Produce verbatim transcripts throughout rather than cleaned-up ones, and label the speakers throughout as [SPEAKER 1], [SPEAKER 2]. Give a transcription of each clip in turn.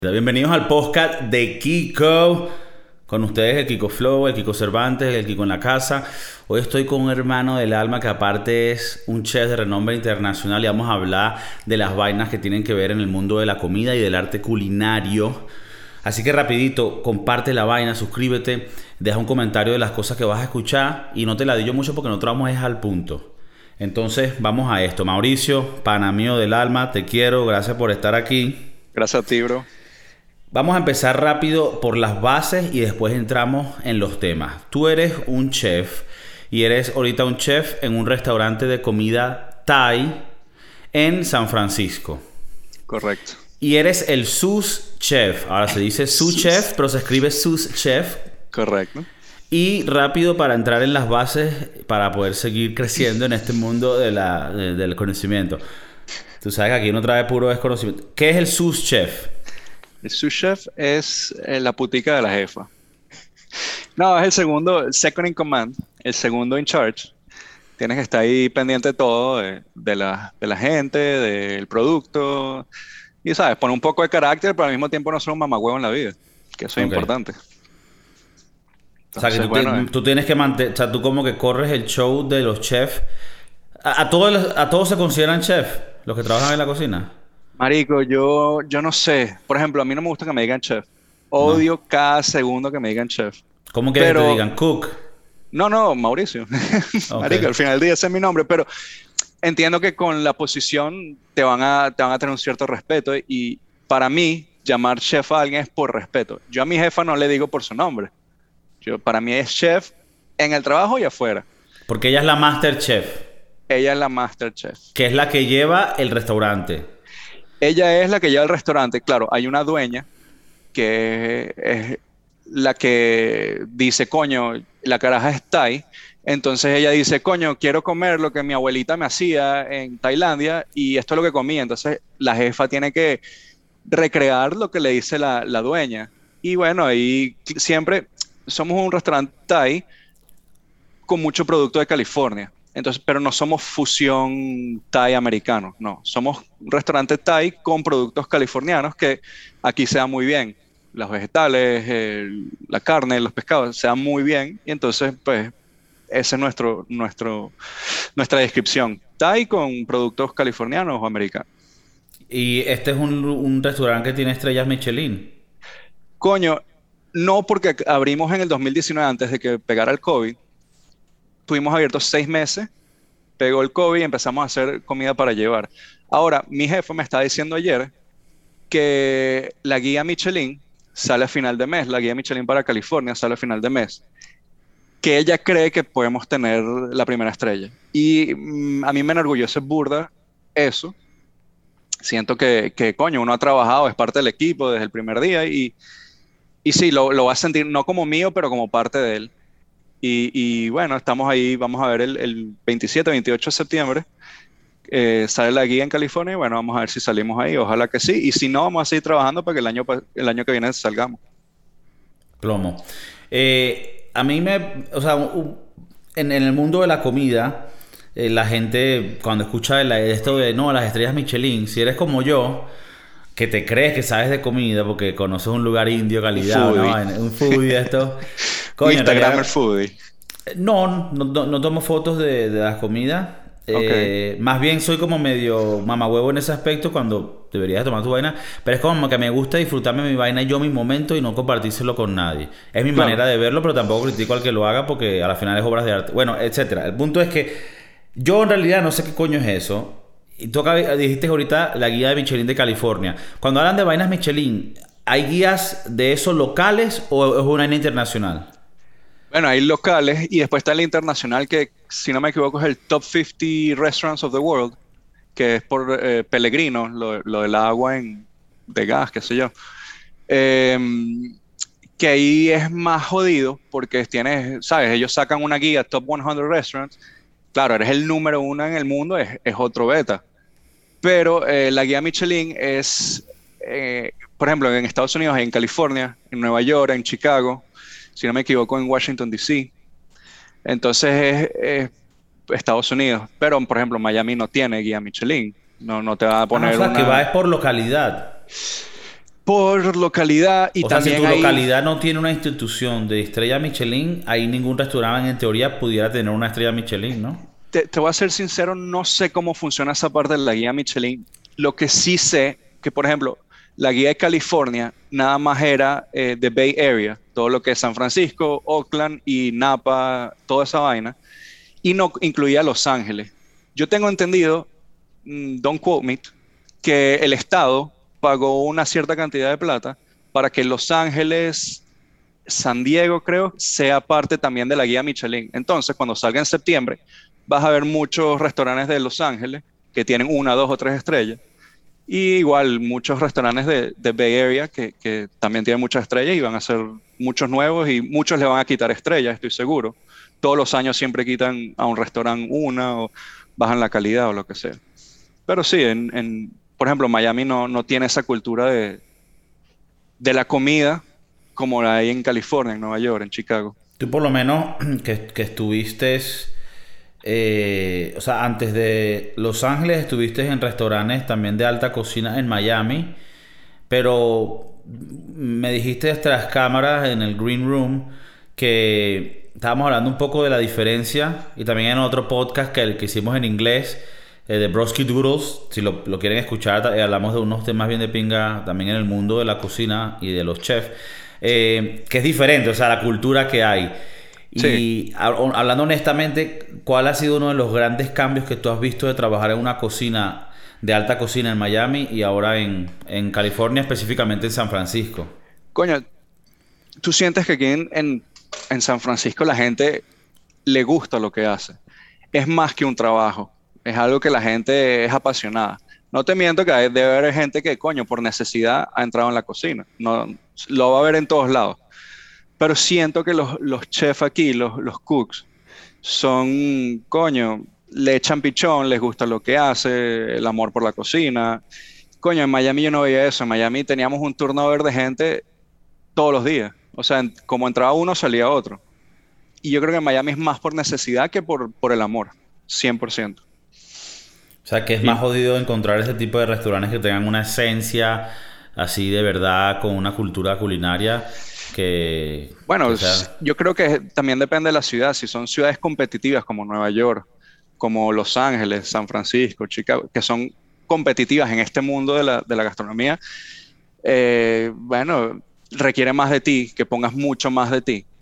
[SPEAKER 1] Bienvenidos al podcast de Kiko. Con ustedes el Kiko Flow, el Kiko Cervantes, el Kiko en la casa. Hoy estoy con un hermano del alma que aparte es un chef de renombre internacional y vamos a hablar de las vainas que tienen que ver en el mundo de la comida y del arte culinario. Así que rapidito, comparte la vaina, suscríbete, deja un comentario de las cosas que vas a escuchar y no te la digo mucho porque nosotros vamos es al punto. Entonces vamos a esto. Mauricio, pana mío del alma, te quiero, gracias por estar aquí.
[SPEAKER 2] Gracias a ti, bro.
[SPEAKER 1] Vamos a empezar rápido por las bases y después entramos en los temas. Tú eres un chef y eres ahorita un chef en un restaurante de comida Thai en San Francisco.
[SPEAKER 2] Correcto.
[SPEAKER 1] Y eres el sous chef. Ahora se dice sous chef, pero se escribe sous chef.
[SPEAKER 2] Correcto.
[SPEAKER 1] Y rápido para entrar en las bases para poder seguir creciendo en este mundo de la, de, del conocimiento. Tú sabes que aquí uno trae puro desconocimiento. ¿Qué es el sous chef?
[SPEAKER 2] El sous chef es eh, la putica de la jefa. No, es el segundo, second in command, el segundo in charge. Tienes que estar ahí pendiente de todo, de, de, la, de la gente, del producto. Y, ¿sabes? Poner un poco de carácter, pero al mismo tiempo no ser un mamagüevo en la vida. Que eso es
[SPEAKER 1] Okay.
[SPEAKER 2] importante.
[SPEAKER 1] Entonces, o sea, que tú,
[SPEAKER 2] bueno,
[SPEAKER 1] te,
[SPEAKER 2] eh.
[SPEAKER 1] tú tienes que mantener... O sea, tú como que corres el show de los chefs. ¿A, a, todos, ¿A todos se consideran chefs? ¿Los que trabajan en la cocina?
[SPEAKER 2] Marico, yo, yo no sé. Por ejemplo, a mí no me gusta que me digan chef. Odio no. cada segundo que me digan chef.
[SPEAKER 1] ¿Cómo que
[SPEAKER 2] pero...
[SPEAKER 1] te digan cook?
[SPEAKER 2] No, no, Mauricio. Okay. Marico, al final del día ese es mi nombre, pero entiendo que con la posición te van a, te van a tener un cierto respeto y para mí llamar chef a alguien es por respeto. Yo a mi jefa no le digo por su nombre. Yo, para mí es chef en el trabajo y afuera.
[SPEAKER 1] Porque ella es la master chef.
[SPEAKER 2] Ella es la master chef.
[SPEAKER 1] Que es la que lleva el restaurante.
[SPEAKER 2] Ella es la que lleva el restaurante. Claro, hay una dueña que es la que dice, coño, la caraja es Thai. Entonces ella dice, coño, quiero comer lo que mi abuelita me hacía en Tailandia y esto es lo que comía. Entonces la jefa tiene que recrear lo que le dice la, la dueña. Y bueno, ahí siempre somos un restaurante Thai con mucho producto de California. Entonces, pero no somos fusión Thai americano, no. Somos un restaurante Thai con productos californianos que aquí se dan muy bien. Los vegetales, el, la carne, los pescados, se dan muy bien. Y entonces, pues, esa es nuestro, nuestro, nuestra descripción. Thai con productos californianos o americanos.
[SPEAKER 1] ¿Y este es un, un restaurante que tiene estrellas Michelin?
[SPEAKER 2] Coño, no, porque abrimos en el dos mil diecinueve, antes de que pegara el COVID. Estuvimos abiertos seis meses, pegó el COVID y empezamos a hacer comida para llevar. Ahora, mi jefe me estaba diciendo ayer que la guía Michelin sale a final de mes, la guía Michelin para California sale a final de mes, que ella cree que podemos tener la primera estrella. Y mm, a mí me enorgullece burda eso. Siento que, que, coño, uno ha trabajado, es parte del equipo desde el primer día y, y sí, lo, lo va a sentir no como mío, pero como parte de él. Y, y bueno, estamos ahí, vamos a ver el, el veintisiete, veintiocho de septiembre, eh, sale la guía en California y bueno, vamos a ver si salimos ahí, ojalá que sí, y si no, vamos a seguir trabajando para que el año, el año que viene salgamos.
[SPEAKER 1] Plomo. Eh, a mí me, o sea, en, en el mundo de la comida, eh, la gente cuando escucha el, esto de, no, las estrellas Michelin, si eres como yo, que te crees que sabes de comida porque conoces un lugar indio calidad, un foodie, ¿no? Un foodie esto.
[SPEAKER 2] Coño, Instagramer foodie.
[SPEAKER 1] No, no, no, no tomo fotos de, de las comidas. Okay. Eh, más bien soy como medio mamahuevo en ese aspecto cuando deberías tomar tu vaina. Pero es como que me gusta disfrutarme mi vaina yo mi momento y no compartírselo con nadie. Es mi claro. manera de verlo, pero tampoco critico al que lo haga porque a la final es obras de arte. Bueno, etcétera. El punto es que yo en realidad no sé qué coño es eso. Y tú dijiste ahorita la guía de Michelin de California. Cuando hablan de vainas Michelin, ¿hay guías de esos locales o es una internacional?
[SPEAKER 2] Bueno, hay locales y después está el internacional que, si no me equivoco, es el Top cincuenta Restaurants of the World, que es por eh, Pellegrino, lo, lo del agua en, de gas, qué sé yo. Eh, que ahí es más jodido porque tienes, ¿sabes? Ellos sacan una guía Top cien Restaurants. Claro, eres el número uno en el mundo, es, es otro beta. Pero eh, la guía Michelin es, eh, por ejemplo, en Estados Unidos, en California, en Nueva York, en Chicago, si no me equivoco, en Washington, D C. Entonces es, es Estados Unidos. Pero, por ejemplo, Miami no tiene guía Michelin. No, no te va a poner
[SPEAKER 1] ah, o sea,
[SPEAKER 2] una...
[SPEAKER 1] que va es por localidad.
[SPEAKER 2] Por localidad y
[SPEAKER 1] O sea, si
[SPEAKER 2] también
[SPEAKER 1] tu
[SPEAKER 2] hay...
[SPEAKER 1] localidad no tiene una institución de estrella Michelin, ahí ningún restaurante en teoría pudiera tener una estrella Michelin, ¿no?
[SPEAKER 2] Te, te voy a ser sincero, no sé cómo funciona esa parte de la guía Michelin. Lo que sí sé, que por ejemplo, la guía de California nada más era eh, de Bay Area, todo lo que es San Francisco, Oakland y Napa, toda esa vaina, y no incluía Los Ángeles. Yo tengo entendido, mm, don't quote me, que el Estado pagó una cierta cantidad de plata para que Los Ángeles, San Diego, creo, sea parte también de la guía Michelin. Entonces, cuando salga en septiembre, vas a ver muchos restaurantes de Los Ángeles que tienen una, dos o tres estrellas. Y igual muchos restaurantes de, de Bay Area que, que también tienen muchas estrellas y van a ser muchos nuevos y muchos le van a quitar estrellas, estoy seguro. Todos los años siempre quitan a un restaurante una o bajan la calidad o lo que sea. Pero sí, en, en, por ejemplo, Miami no, no tiene esa cultura de, de la comida como la hay en California, en Nueva York, en Chicago.
[SPEAKER 1] Tú por lo menos que, que estuviste, eh, o sea, antes de Los Ángeles estuviste en restaurantes también de alta cocina en Miami, pero me dijiste tras cámaras en el Green Room que estábamos hablando un poco de la diferencia y también en otro podcast que el que hicimos en inglés, eh, de Broski Doodles, si lo, lo quieren escuchar, eh, hablamos de unos temas bien de pinga también en el mundo de la cocina y de los chefs. Eh, que es diferente, o sea, la cultura que hay.
[SPEAKER 2] Sí.
[SPEAKER 1] Y a, hablando honestamente, ¿cuál ha sido uno de los grandes cambios que tú has visto de trabajar en una cocina, de alta cocina en Miami y ahora en, en California, específicamente en San Francisco?
[SPEAKER 2] Coño, ¿tú sientes que aquí en, en, en San Francisco la gente le gusta lo que hace? Es más que un trabajo, es algo que la gente es apasionada. No te miento que hay, debe haber gente que, coño, por necesidad ha entrado en la cocina. No, lo va a ver en todos lados. Pero siento que los, los chefs aquí, los, los cooks, son, coño, le echan pichón, les gusta lo que hace, el amor por la cocina. Coño, en Miami yo no veía eso. En Miami teníamos un turnover de gente todos los días. O sea, en, como entraba uno, salía otro. Y yo creo que en Miami es más por necesidad que por, por el amor, cien por ciento.
[SPEAKER 1] O sea, que es más jodido encontrar ese tipo de restaurantes que tengan una esencia así de verdad, con una cultura culinaria que...
[SPEAKER 2] Bueno,
[SPEAKER 1] que sea...
[SPEAKER 2] yo creo que también depende de la ciudad. Si son ciudades competitivas como Nueva York, como Los Ángeles, San Francisco, Chicago, que son competitivas en este mundo de la, de la gastronomía, eh, bueno, requiere más de ti, que pongas mucho más de ti.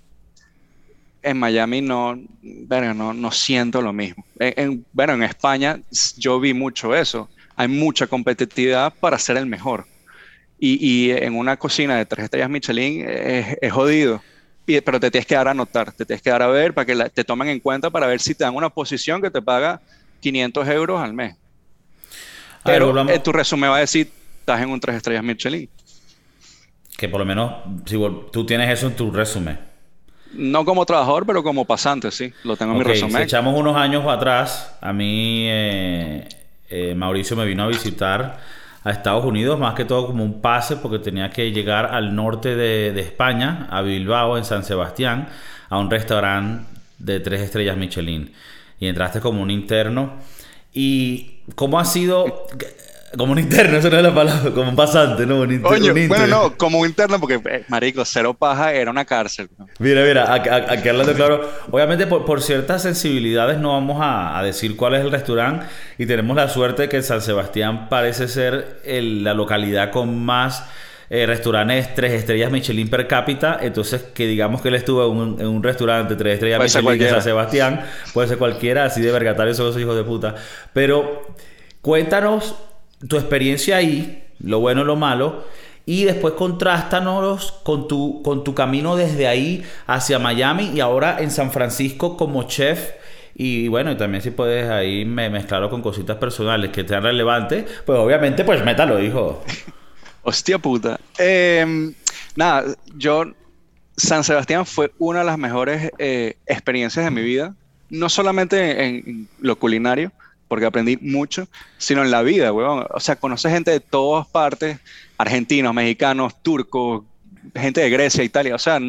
[SPEAKER 2] En Miami no, bueno, no, no siento lo mismo. En, en, bueno, en España yo vi mucho eso. Hay mucha competitividad para ser el mejor. Y, y en una cocina de tres estrellas Michelin es, es jodido. Y, pero te tienes que dar a notar, te tienes que dar a ver para que la, te tomen en cuenta para ver si te dan una posición que te paga quinientos euros al mes.
[SPEAKER 1] A ver,
[SPEAKER 2] Pero
[SPEAKER 1] volvamos...
[SPEAKER 2] eh, tu resumen va a decir, estás en un tres estrellas Michelin.
[SPEAKER 1] Que por lo menos si tú tienes eso en tu resumen.
[SPEAKER 2] No como trabajador, pero como pasante, sí. Lo tengo en
[SPEAKER 1] Ok,
[SPEAKER 2] mi resumen.
[SPEAKER 1] si echamos unos años atrás, a mí eh, eh, Mauricio me vino a visitar a Estados Unidos, más que todo como un pase, porque tenía que llegar al norte de, de España, a Bilbao, en San Sebastián, a un restaurante de tres estrellas Michelin. Y entraste como un interno. ¿Y cómo ha sido...? Como un interno, eso no es la palabra, como un pasante, ¿no? Un inter,
[SPEAKER 2] Oye,
[SPEAKER 1] un
[SPEAKER 2] bueno, no, como un interno, porque, eh, marico, cero paja era una cárcel, ¿no?
[SPEAKER 1] Mira, mira, aquí hablando claro, obviamente por, por ciertas sensibilidades no vamos a, a decir cuál es el restaurante y tenemos la suerte de que San Sebastián parece ser el, la localidad con más eh, restaurantes tres estrellas Michelin per cápita, entonces que digamos que él estuvo en un, en un restaurante tres estrellas Michelin de San Sebastián, puede ser cualquiera, así de vergatarios son esos hijos de puta, pero cuéntanos tu experiencia ahí, lo bueno y lo malo, y después contrástanos con tu, con tu camino desde ahí hacia Miami y ahora en San Francisco como chef. Y bueno, y también si puedes ahí me mezclarlo con cositas personales que sean relevantes, pues obviamente pues métalo, hijo.
[SPEAKER 2] Hostia puta. Eh, nada, yo... San Sebastián fue una de las mejores eh, experiencias de mi vida, no solamente en, en lo culinario, porque aprendí mucho, sino en la vida, weón. O sea, conoces gente de todas partes, argentinos, mexicanos, turcos, gente de Grecia, Italia. O sea,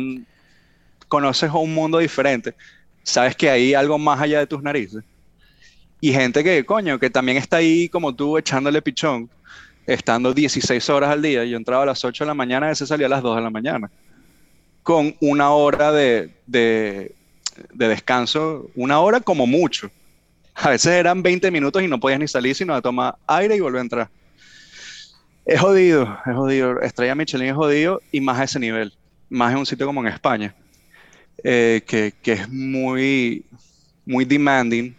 [SPEAKER 2] conoces un mundo diferente. Sabes que hay algo más allá de tus narices. Y gente que, coño, que también está ahí como tú echándole pichón. estando dieciséis horas al día. Yo entraba a las ocho de la mañana, a veces salía a las dos de la mañana, con una hora de, de, de descanso, una hora como mucho. A veces eran veinte minutos y no podías ni salir, sino a tomar aire y volver a entrar. Es jodido, es jodido. Estrella Michelin es jodido y más a ese nivel. Más en un sitio como en España, eh, que, que es muy, muy demanding.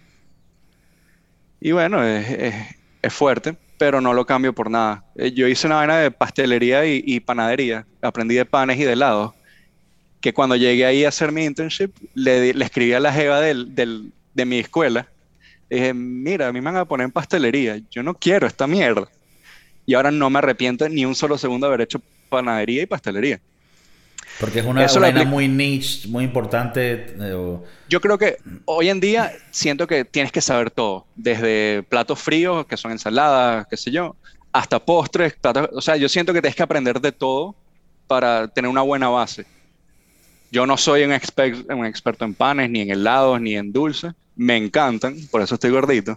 [SPEAKER 2] Y bueno, es, es, es fuerte, pero no lo cambio por nada. Eh, yo hice una vaina de pastelería y, y panadería. Aprendí de panes y de helados. Que cuando llegué ahí a hacer mi internship, le, le escribí a la jeva del, del, de mi escuela. Dije, mira, a mí me van a poner en pastelería. Yo no quiero esta mierda. Y ahora no me arrepiento ni un solo segundo de haber hecho panadería y pastelería.
[SPEAKER 1] Porque es una vaina muy niche, muy importante. Eh, o...
[SPEAKER 2] Yo creo que hoy en día siento que tienes que saber todo. Desde platos fríos, que son ensaladas, qué sé yo, hasta postres, platos... O sea, yo siento que tienes que aprender de todo para tener una buena base. Yo no soy un, exper un experto en panes, ni en helados, ni en dulces. Me encantan, por eso estoy gordito.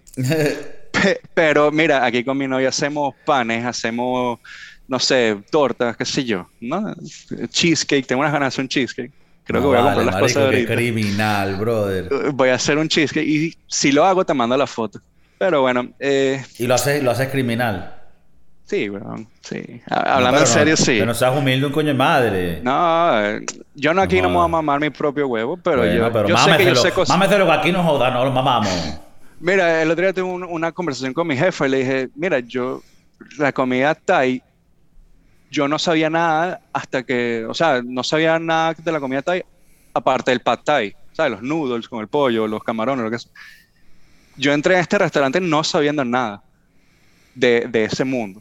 [SPEAKER 2] Pe pero mira, aquí con mi novia hacemos panes, hacemos, no sé, tortas, qué sé yo, ¿no? Cheesecake, tengo unas ganas de hacer un cheesecake. Creo
[SPEAKER 1] no,
[SPEAKER 2] que voy
[SPEAKER 1] vale,
[SPEAKER 2] a comprar las
[SPEAKER 1] marico,
[SPEAKER 2] cosas
[SPEAKER 1] qué
[SPEAKER 2] ahorita.
[SPEAKER 1] Criminal, brother.
[SPEAKER 2] Voy a hacer un cheesecake y si lo hago te mando la foto. Pero bueno. Eh,
[SPEAKER 1] ¿Y lo haces, lo haces criminal?
[SPEAKER 2] Sí, weón, sí. Hablando
[SPEAKER 1] no,
[SPEAKER 2] en serio,
[SPEAKER 1] no,
[SPEAKER 2] sí.
[SPEAKER 1] Pero no seas humilde un coño de madre.
[SPEAKER 2] No, eh, yo no aquí no, no me voy a mamar mi propio huevo, pero bueno, yo,
[SPEAKER 1] pero
[SPEAKER 2] yo sé que yo sé cosas.
[SPEAKER 1] Mámeselo que aquí no joda, no lo mamamos.
[SPEAKER 2] Mira, el otro día tuve un, una conversación con mi jefe y le dije, mira, yo, la comida Thai, yo no sabía nada hasta que, o sea, no sabía nada de la comida Thai, aparte del pad Thai, ¿sabes? Los noodles con el pollo, los camarones, lo que sea. Yo entré a este restaurante no sabiendo nada de, de ese mundo.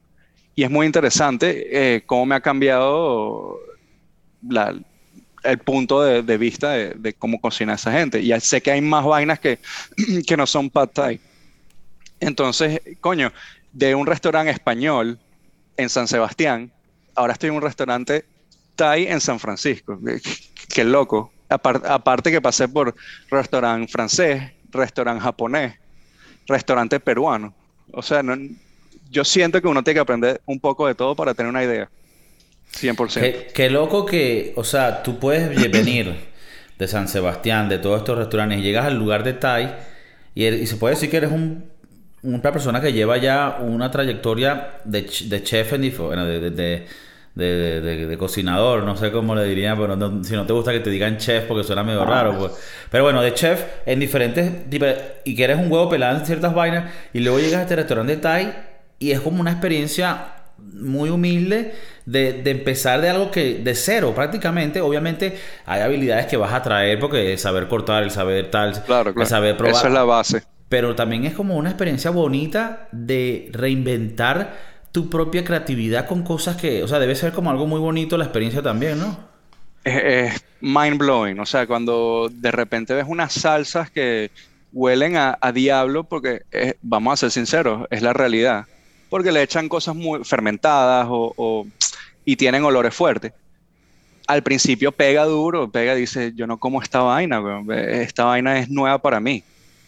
[SPEAKER 2] Y es muy interesante eh, cómo me ha cambiado la, el punto de, de vista de, de cómo cocina esa gente. Y ya sé que hay más vainas que, que no son pad thai. Entonces, coño, de un restaurante español en San Sebastián, ahora estoy en un restaurante thai en San Francisco. Qué loco. Apar, aparte que pasé por restaurante francés, restaurante japonés, restaurante peruano. O sea, no... Yo siento que uno tiene que aprender un poco de todo para tener una idea. cien por ciento.
[SPEAKER 1] Qué, qué loco que, o sea, tú puedes venir de San Sebastián, de todos estos restaurantes, y llegas al lugar de Thai, y, y se puede decir que eres un, una persona que lleva ya una trayectoria de, de chef, en, bueno, de, de, de, de, de, de cocinador, no sé cómo le diría, pero no, si no te gusta que te digan chef porque suena medio raro, pues. Pero bueno, de chef en diferentes, y que eres un huevo pelado en ciertas vainas, y luego llegas a este restaurante de Thai, y es como una experiencia muy humilde de, de empezar de algo que de cero prácticamente. Obviamente hay habilidades que vas a traer porque el saber cortar, el saber tal,
[SPEAKER 2] claro, claro.
[SPEAKER 1] el saber probar.
[SPEAKER 2] Esa es la base.
[SPEAKER 1] Pero también es como una experiencia bonita de reinventar tu propia creatividad con cosas que, o sea, debe ser como algo muy bonito la experiencia también, ¿no?
[SPEAKER 2] Es, es mind blowing. O sea, cuando de repente ves unas salsas que huelen a, a diablo, porque es, vamos a ser sinceros, es la realidad. Porque le echan cosas muy fermentadas o, o, y tienen olores fuertes. Al principio pega duro, pega, dice, yo no como esta vaina, weón. Esta vaina es nueva para mí.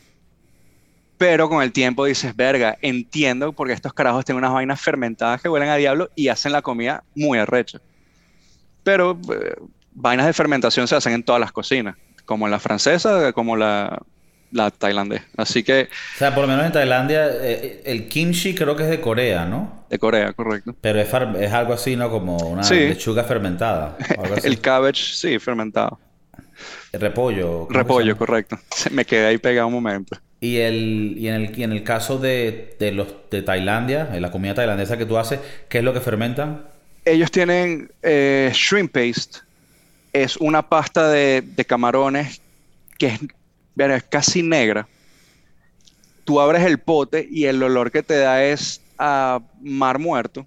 [SPEAKER 2] Pero con el tiempo dices, verga, entiendo porque estos carajos tienen unas vainas fermentadas que huelen a diablo y hacen la comida muy arrecha. Pero eh, vainas de fermentación se hacen en todas las cocinas, como en la francesa, como la... la tailandesa. Así que...
[SPEAKER 1] O sea, por lo menos en Tailandia, eh, el kimchi creo que es de Corea, ¿no?
[SPEAKER 2] De Corea, correcto.
[SPEAKER 1] Pero es, es algo así, ¿no? Como una sí. lechuga fermentada. Algo así.
[SPEAKER 2] El cabbage, sí, fermentado.
[SPEAKER 1] El repollo.
[SPEAKER 2] Repollo, correcto. Me quedé ahí pegado un momento.
[SPEAKER 1] Y, el, y, en, el, y en el caso de, de, los, de Tailandia, en la comida tailandesa que tú haces, ¿qué es lo que fermentan?
[SPEAKER 2] Ellos tienen eh, shrimp paste. Es una pasta de, de camarones que es... Pero es casi negra. Tú abres el pote y el olor que te da es a mar muerto.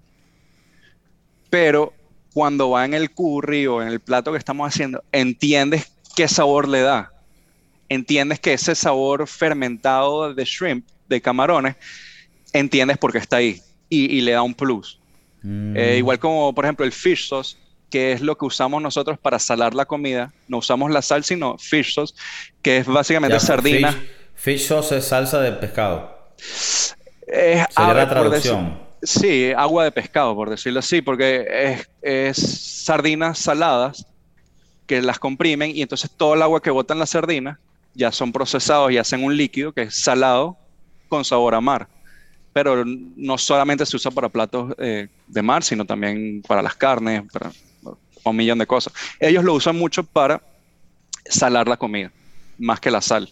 [SPEAKER 2] Pero cuando va en el curry o en el plato que estamos haciendo, entiendes qué sabor le da. Entiendes que ese sabor fermentado de shrimp, de camarones, entiendes por qué está ahí. Y, y le da un plus. Mm. Eh, igual como, por ejemplo, el fish sauce, que es lo que usamos nosotros para salar la comida. No usamos la sal, sino fish sauce, que es básicamente ya, sardina.
[SPEAKER 1] Fish, fish sauce es salsa de pescado.
[SPEAKER 2] Eh,
[SPEAKER 1] Sería ver, la traducción.
[SPEAKER 2] Decir, Sí, agua de pescado, por decirlo así, porque es, es sardinas saladas que las comprimen y entonces todo el agua que botan las sardinas ya son procesados y hacen un líquido que es salado con sabor a mar. Pero no solamente se usa para platos eh, de mar, sino también para las carnes, para un millón de cosas. Ellos lo usan mucho para salar la comida, más que la sal.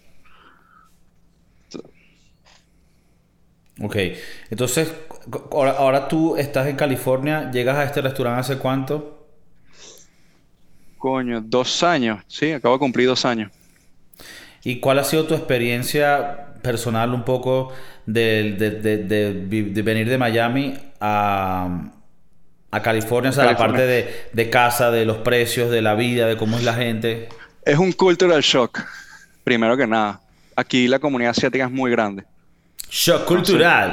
[SPEAKER 1] Ok, entonces, co- ahora, ahora tú estás en California, llegas a este restaurante ¿hace cuánto?
[SPEAKER 2] Coño, dos años, sí, acabo de cumplir dos años.
[SPEAKER 1] ¿Y cuál ha sido tu experiencia personal un poco de, de- de- de vi- de venir de Miami a, a California? O sea, la parte
[SPEAKER 2] California.
[SPEAKER 1] de, de casa, de los precios, de la vida, de cómo es la gente.
[SPEAKER 2] Es un cultural shock, primero que nada. Aquí la comunidad asiática es muy grande.
[SPEAKER 1] Shock
[SPEAKER 2] Entonces,
[SPEAKER 1] cultural.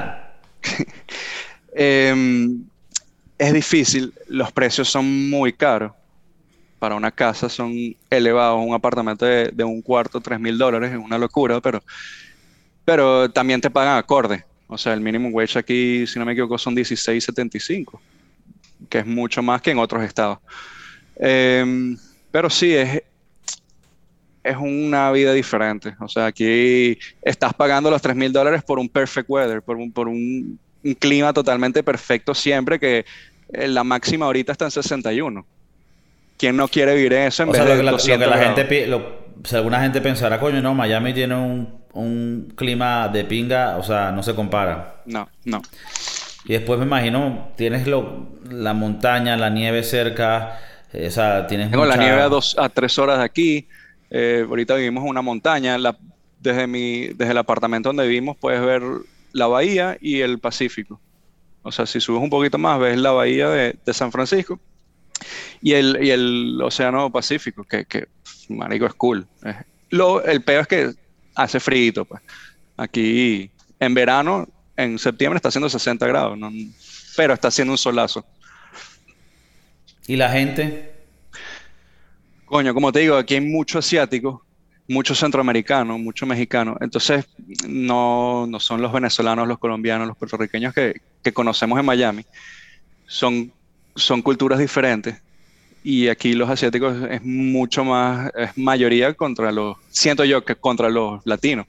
[SPEAKER 2] em, es difícil, los precios son muy caros. Para una casa son elevados, un apartamento de, de un cuarto, tres mil dólares, es una locura, pero, pero también te pagan acorde. O sea, el minimum wage aquí, si no me equivoco, son dieciséis setenta y cinco, que es mucho más que en otros estados. Em, pero sí, es, es una vida diferente. O sea, aquí estás pagando los tres mil dólares por un perfect weather, por un, por un, un clima totalmente perfecto siempre, que eh, la máxima ahorita está en sesenta y uno. ¿Quién no quiere vivir en eso en
[SPEAKER 1] O
[SPEAKER 2] vez
[SPEAKER 1] sea, lo
[SPEAKER 2] de
[SPEAKER 1] que la, lo que
[SPEAKER 2] doscientos
[SPEAKER 1] la gente,
[SPEAKER 2] grados?
[SPEAKER 1] pi- lo- si alguna gente pensará, coño, no, Miami tiene un, un clima de pinga, o sea, no se compara.
[SPEAKER 2] No, no.
[SPEAKER 1] Y después me imagino, tienes lo, la montaña, la nieve cerca, eh, o sea, tienes
[SPEAKER 2] Tengo la nieve a
[SPEAKER 1] mucha...
[SPEAKER 2] dos a tres horas de aquí. Eh, ahorita vivimos en una montaña. La- desde mi, desde el apartamento donde vivimos puedes ver la bahía y el Pacífico. O sea, si subes un poquito más, ves la bahía de, de San Francisco y el, y el Océano Pacífico, que, que marico, es cool. Eh, Lo, el peor es que hace frío, pues. Aquí en verano, en septiembre está haciendo sesenta grados, ¿no? Pero está haciendo un solazo.
[SPEAKER 1] ¿Y la gente?
[SPEAKER 2] Coño, como te digo, aquí hay mucho asiático, mucho centroamericano, mucho mexicano. Entonces, no, no son los venezolanos, los colombianos, los puertorriqueños que, que conocemos en Miami. Son, son culturas diferentes. Y aquí los asiáticos es mucho más, es mayoría contra los, siento yo que contra los latinos.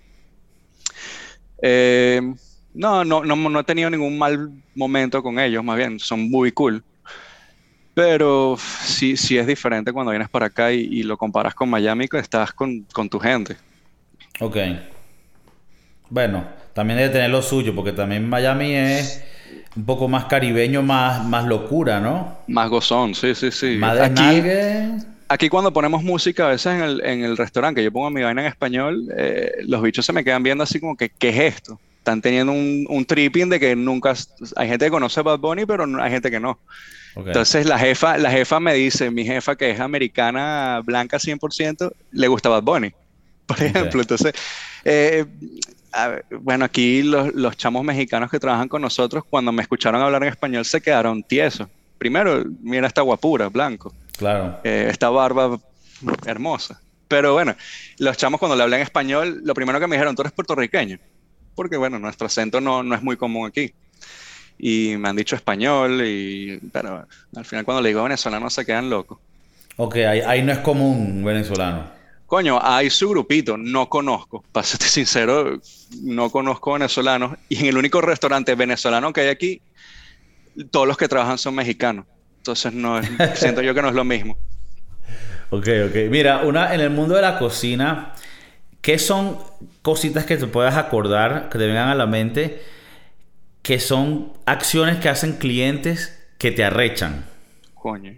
[SPEAKER 2] Eh, no, no, no, no he tenido ningún mal momento con ellos, más bien, son muy cool. Pero sí, sí es diferente cuando vienes para acá y, y lo comparas con Miami, que estás con, con tu gente.
[SPEAKER 1] Ok. Bueno, también debe tener lo suyo, porque también Miami es un poco más caribeño, más, más locura, ¿no?
[SPEAKER 2] Más gozón, sí, sí, sí.
[SPEAKER 1] Más
[SPEAKER 2] Aquí,
[SPEAKER 1] desnalgue.
[SPEAKER 2] aquí cuando ponemos música, a veces en el, en el restaurante, que yo pongo mi vaina en español, eh, los bichos se me quedan viendo así como que, ¿qué es esto? Están teniendo un, un tripping de que nunca... Hay gente que conoce Bad Bunny, pero no- hay gente que no.
[SPEAKER 1] Ok.
[SPEAKER 2] Entonces la jefa, la jefa me dice, mi jefa que es americana blanca cien por ciento, le gusta Bad Bunny, por
[SPEAKER 1] Ok.
[SPEAKER 2] ejemplo. Entonces, eh, a ver, bueno, aquí los, los chamos mexicanos que trabajan con nosotros, cuando me escucharon hablar en español, se quedaron tiesos. Primero, mira esta guapura, blanco,
[SPEAKER 1] Claro.
[SPEAKER 2] eh, esta barba hermosa. Pero bueno, los chamos cuando le hablé en español, lo primero que me dijeron, tú eres puertorriqueño, porque bueno, nuestro acento no, no es muy común aquí. Y me han dicho español, y, pero al final cuando le digo venezolano se quedan locos.
[SPEAKER 1] Ok, ahí, ahí no es común un venezolano.
[SPEAKER 2] Coño, hay su grupito, no conozco, para serte sincero, no conozco venezolanos, y en el único restaurante venezolano que hay aquí, todos los que trabajan son mexicanos. Entonces no es, siento yo que no es lo mismo.
[SPEAKER 1] Ok, ok. Mira, una en el mundo de la cocina, ¿qué son cositas que te puedas acordar, que te vengan a la mente, que son acciones que hacen clientes que te arrechan?
[SPEAKER 2] Coño.